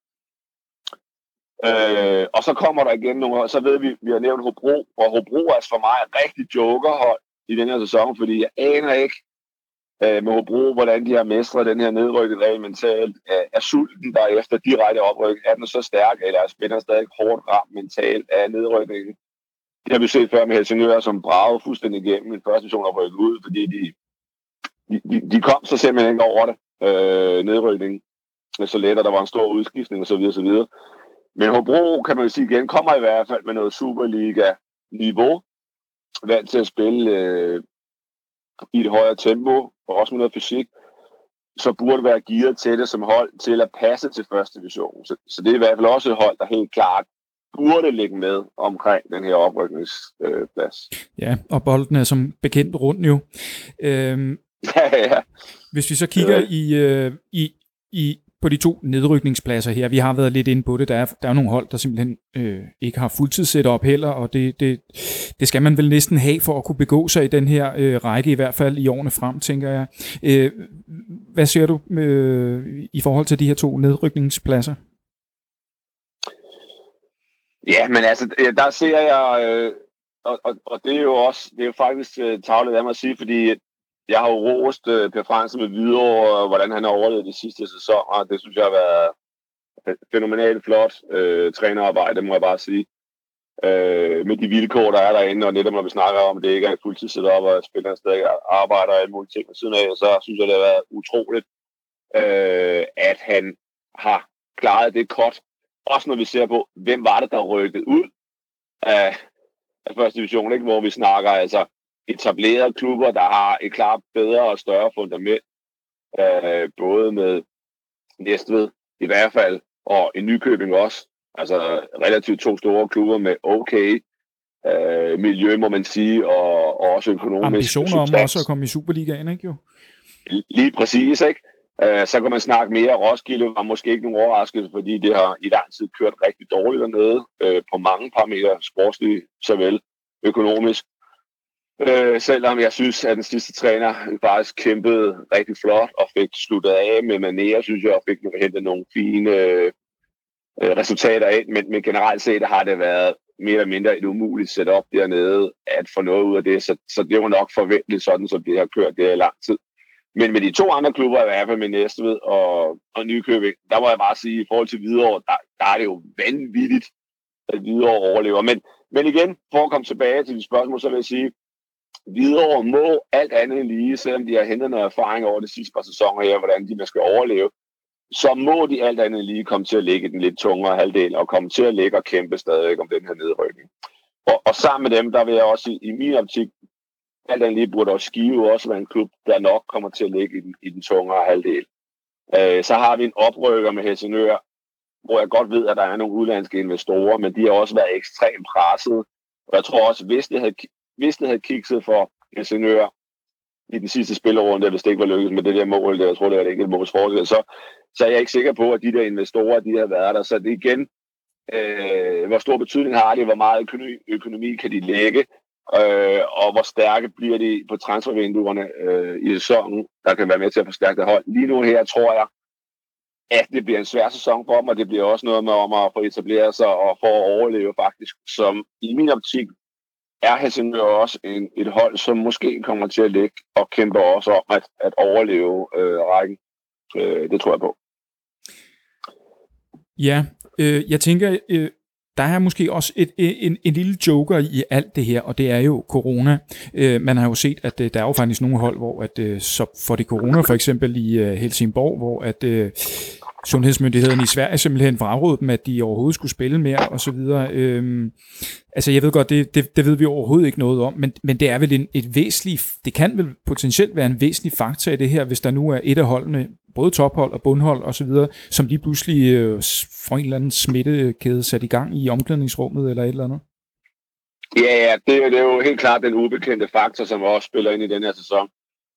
Øh, og så kommer der igen nogle, så ved vi, vi har nævnt Hobro, og Hobro er for mig et rigtig jokerhold i den her sæson, fordi jeg aner ikke øh, med Hobro, hvordan de har mestret den her nedrykket rent mentalt. Er, er sulten der efter direkte opryk? Er den så stærk, eller er spilleren stadig hårdt ramt mentalt af nedrykningen? Det har vi set før med Helsingør, som bragede fuldstændig igennem en første division og rykket ud, fordi de, de, de kom så simpelthen ikke over det, øh, nedrykningen. Så let, og der var en stor udskiftning osv. osv. Men Hobro, kan man jo sige igen, kommer i hvert fald med noget Superliga-niveau. Vant til at spille øh, i et højere tempo, og også med noget fysik. Så burde være gearet til det som hold til at passe til første division. Så, så det er i hvert fald også et hold, der helt klart burde ligge med omkring den her oprykningsplads. Øh, ja, og bolden er som bekendt rundt jo. Øhm, ja, ja. Hvis vi så kigger øh. i, øh, i, i på de to nedrykningspladser her. Vi har været lidt inde på det. Der er, der er nogle hold, der simpelthen øh, ikke har fuldtidssetup heller, og det, det, det skal man vel næsten have for at kunne begå sig i den her øh, række, i hvert fald i årene frem, tænker jeg. Øh, hvad ser du øh, i forhold til de her to nedrykningspladser? Ja, men altså, der ser jeg, øh, og, og, og det er jo også, det er jo faktisk øh, tavlet af mig at sige, fordi jeg har jo rost uh, Per Fransen med Hvidovre, og hvordan han har overlevet de sidste sæsoner. Det synes jeg har været fænomenalt flot uh, trænerarbejde, må jeg bare sige. Uh, med de vilkår, der er derinde, og netop når vi snakker om, at det ikke er fuldtidssetup, og at spillerne stadig arbejder og alle mulige ting ved siden af, så synes jeg, det har været utroligt, uh, at han har klaret det godt. Også når vi ser på, hvem var det, der rykkede ud af, af første division, ikke? Hvor vi snakker altså etablerede klubber, der har et klart bedre og større fundament, øh, både med Næstved i hvert fald, og en Nykøbing også. Altså relativt to store klubber med okay øh, miljø, må man sige, og, og også økonomisk. Ambitioner om også at komme i Superligaen, ikke jo? Lige præcis, ikke? Øh, så kan man snakke mere. Roskilde var måske ikke nogen overraskelse, fordi det har i lang tid kørt rigtig dårligt dernede, øh, på mange parametre, sportsligt såvel økonomisk. Øh, selvom jeg synes, at den sidste træner faktisk kæmpede rigtig flot og fik sluttet af med Mané, synes jeg, og fik hentet nogle fine øh, resultater ind. Men, men generelt set har det været mere eller mindre et umuligt setup dernede at få noget ud af det. Så, så det var nok forventeligt sådan, som det har kørt det i lang tid. Men med de to andre klubber, i hvert fald med Næstved og, og Nykøbing, der må jeg bare sige, i forhold til Hvidovre, der, der er det jo vanvittigt, at Hvidovre overlever. Men, men igen, for at komme tilbage til de spørgsmål, så vil jeg sige, Hvidovre må alt andet lige, selvom de har hentet noget erfaring over de sidste par sæsoner her, hvordan de skal overleve, så må de alt andet lige komme til at ligge i den lidt tungere halvdel, og komme til at ligge og kæmpe stadig om den her nedrykning. Og, og sammen med dem, der vil jeg også i, i min optik, alt andet lige burde også Skive også være en klub, der nok kommer til at ligge i den, i den tungere halvdel. Øh, så har vi en oprykker med Helsingør, hvor jeg godt ved, at der er nogle udlandske investorer, men de har også været ekstremt presset. Og jeg tror også, hvis det havde Hvis det havde kikset for Helsingør i den sidste spillerunde, hvis det ikke var lykkedes med det der mål, der jeg tror, det var et enkelt måls forskel, så, så er jeg ikke sikker på, at de der investorer, de har været der. Så det igen, øh, hvor stor betydning har de, hvor meget økonomi, økonomi kan de lægge. øh, og hvor stærke bliver de på transfervinduerne øh, i sæsonen, der kan være med til at forstærke det hold. Lige nu her tror jeg, at det bliver en svær sæson for dem, og det bliver også noget med om at få etableret sig og for at overleve faktisk, som i min optik er Helsingør også en, et hold, som måske kommer til at ligge og kæmpe også om at, at overleve øh, rækken. Øh, det tror jeg på. Ja, øh, jeg tænker, øh, der er måske også et, en, en lille joker i alt det her, og det er jo corona. Øh, man har jo set, at øh, der er jo faktisk nogle hold, hvor at, øh, så får det corona, for eksempel i øh, Helsingborg, hvor at øh, sundhedsmyndighederne i Sverige simpelthen frarådede dem, at de overhovedet skulle spille mere, og så videre. Øh, altså, jeg ved godt, det, det, det ved vi overhovedet ikke noget om, men, men det er vel en, et væsentligt, det kan vel potentielt være en væsentlig faktor i det her, hvis der nu er et af holdene, både tophold og bundhold og så videre, som lige pludselig øh, får en eller anden smittekæde sat i gang i omklædningsrummet eller et eller andet? Ja, ja, det, det er jo helt klart den ubekendte faktor, som også spiller ind i den her sæson.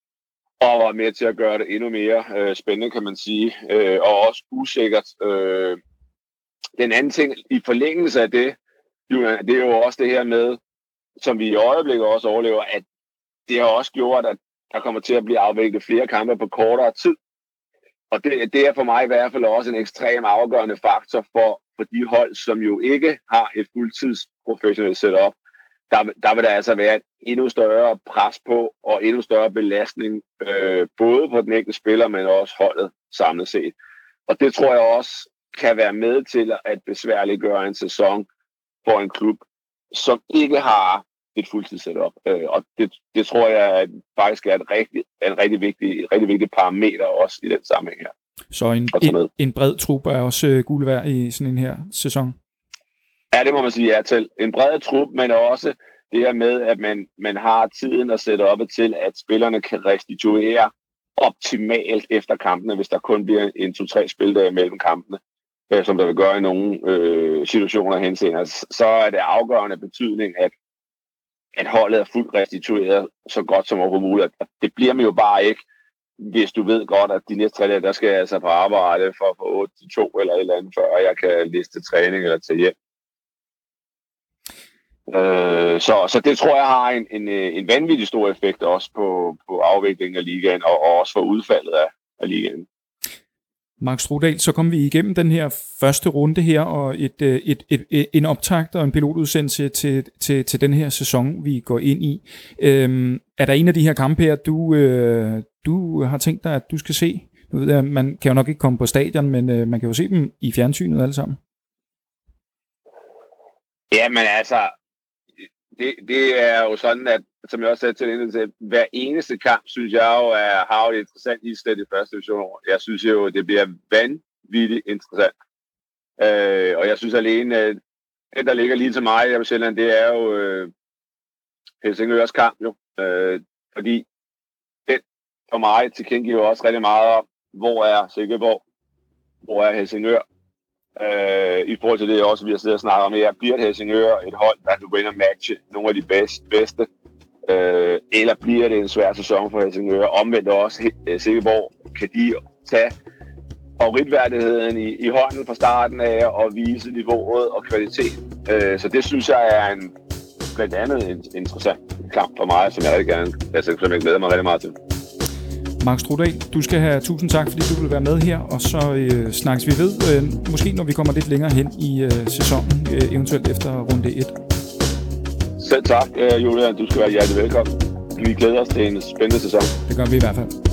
Og var med til at gøre det endnu mere øh, spændende, kan man sige, øh, og også usikkert. Øh. Den anden ting i forlængelse af det, det er jo også det her med, som vi i øjeblikket også overlever, at det har også gjort, at der kommer til at blive afviklet flere kampe på kortere tid. Og det, det er for mig i hvert fald også en ekstrem afgørende faktor for, for de hold, som jo ikke har et fuldtidsprofessionelt setup. Der, der vil der altså være et endnu større pres på og endnu større belastning, øh, både på den enkelte spiller, men også holdet samlet set. Og det tror jeg også kan være med til at besværliggøre en sæson for en klub, som ikke har et fuldtidssetup. Øh, og det, det tror jeg faktisk er et rigtig, en rigtig vigtig, et rigtig vigtig parameter også i den sammenhæng her. Så en, en, en bred trup er også uh, guld værd i sådan en her sæson? Ja, det må man sige ja til. En bred trup, men også det her med, at man, man har tiden at sætte op til, at spillerne kan restituere optimalt efter kampene, hvis der kun bliver en to-tre spildage mellem kampene, øh, som der vil gøre i nogle øh, situationer henseender. Så er det afgørende betydning, at at holdet er fuldt restitueret så godt som overhovedet muligt. Det bliver man jo bare ikke, hvis du ved godt, at de næste tre dage, der skal jeg altså på arbejde for at få otte til to eller et eller andet, før jeg kan liste træning eller tage hjem. Øh, så, så det tror jeg har en, en, en vanvittig stor effekt også på, på afviklingen af ligaen, og, og også for udfaldet af, af ligaen. Mark Strudal, så kom vi igennem den her første runde her, og et, et, et, et, en optakt og en pilotudsendelse til, til, til den her sæson, vi går ind i. Øhm, er der en af de her kampe her, du, øh, du har tænkt dig, at du skal se? Nu ved jeg, man kan jo nok ikke komme på stadion, men øh, man kan jo se dem i fjernsynet alle sammen. Ja, men altså, det, det er jo sådan, at som jeg også sagde til det, hver eneste kamp, synes jeg jo, er, har et interessant islet i første division. Jeg synes jo, det bliver vanvittigt interessant. Øh, og jeg synes alene, at det, der ligger lige til mig i Sjælland, det er jo øh, Helsingørs kamp jo. Øh, fordi den for mig tilkendegiver også rigtig meget om, hvor er Silkeborg, hvor er Helsingør. Øh, I forhold til det også, vi har siddet og snakket om, at bliver Helsingør et hold, der kan vinde matche nogle af de bedste, bedste øh, eller bliver det en svær sæson for Helsingør. Omvendt også Silkeborg, kan de tage favoritværdigheden i, i hånden fra starten af og vise niveauet og kvalitet. Øh, så det synes jeg er en blandt andet en interessant kamp for mig, som jeg rigtig gerne, altså, som jeg glæder mig rigtig meget til. Mark Strudal, du skal have tusind tak, fordi du vil være med her, og så øh, snakkes vi ved, øh, måske når vi kommer lidt længere hen i øh, sæsonen, øh, eventuelt efter runde et. Selv tak, Julian. Du skal være hjertelig velkommen. Vi glæder os til en spændende sæson. Det gør vi i hvert fald.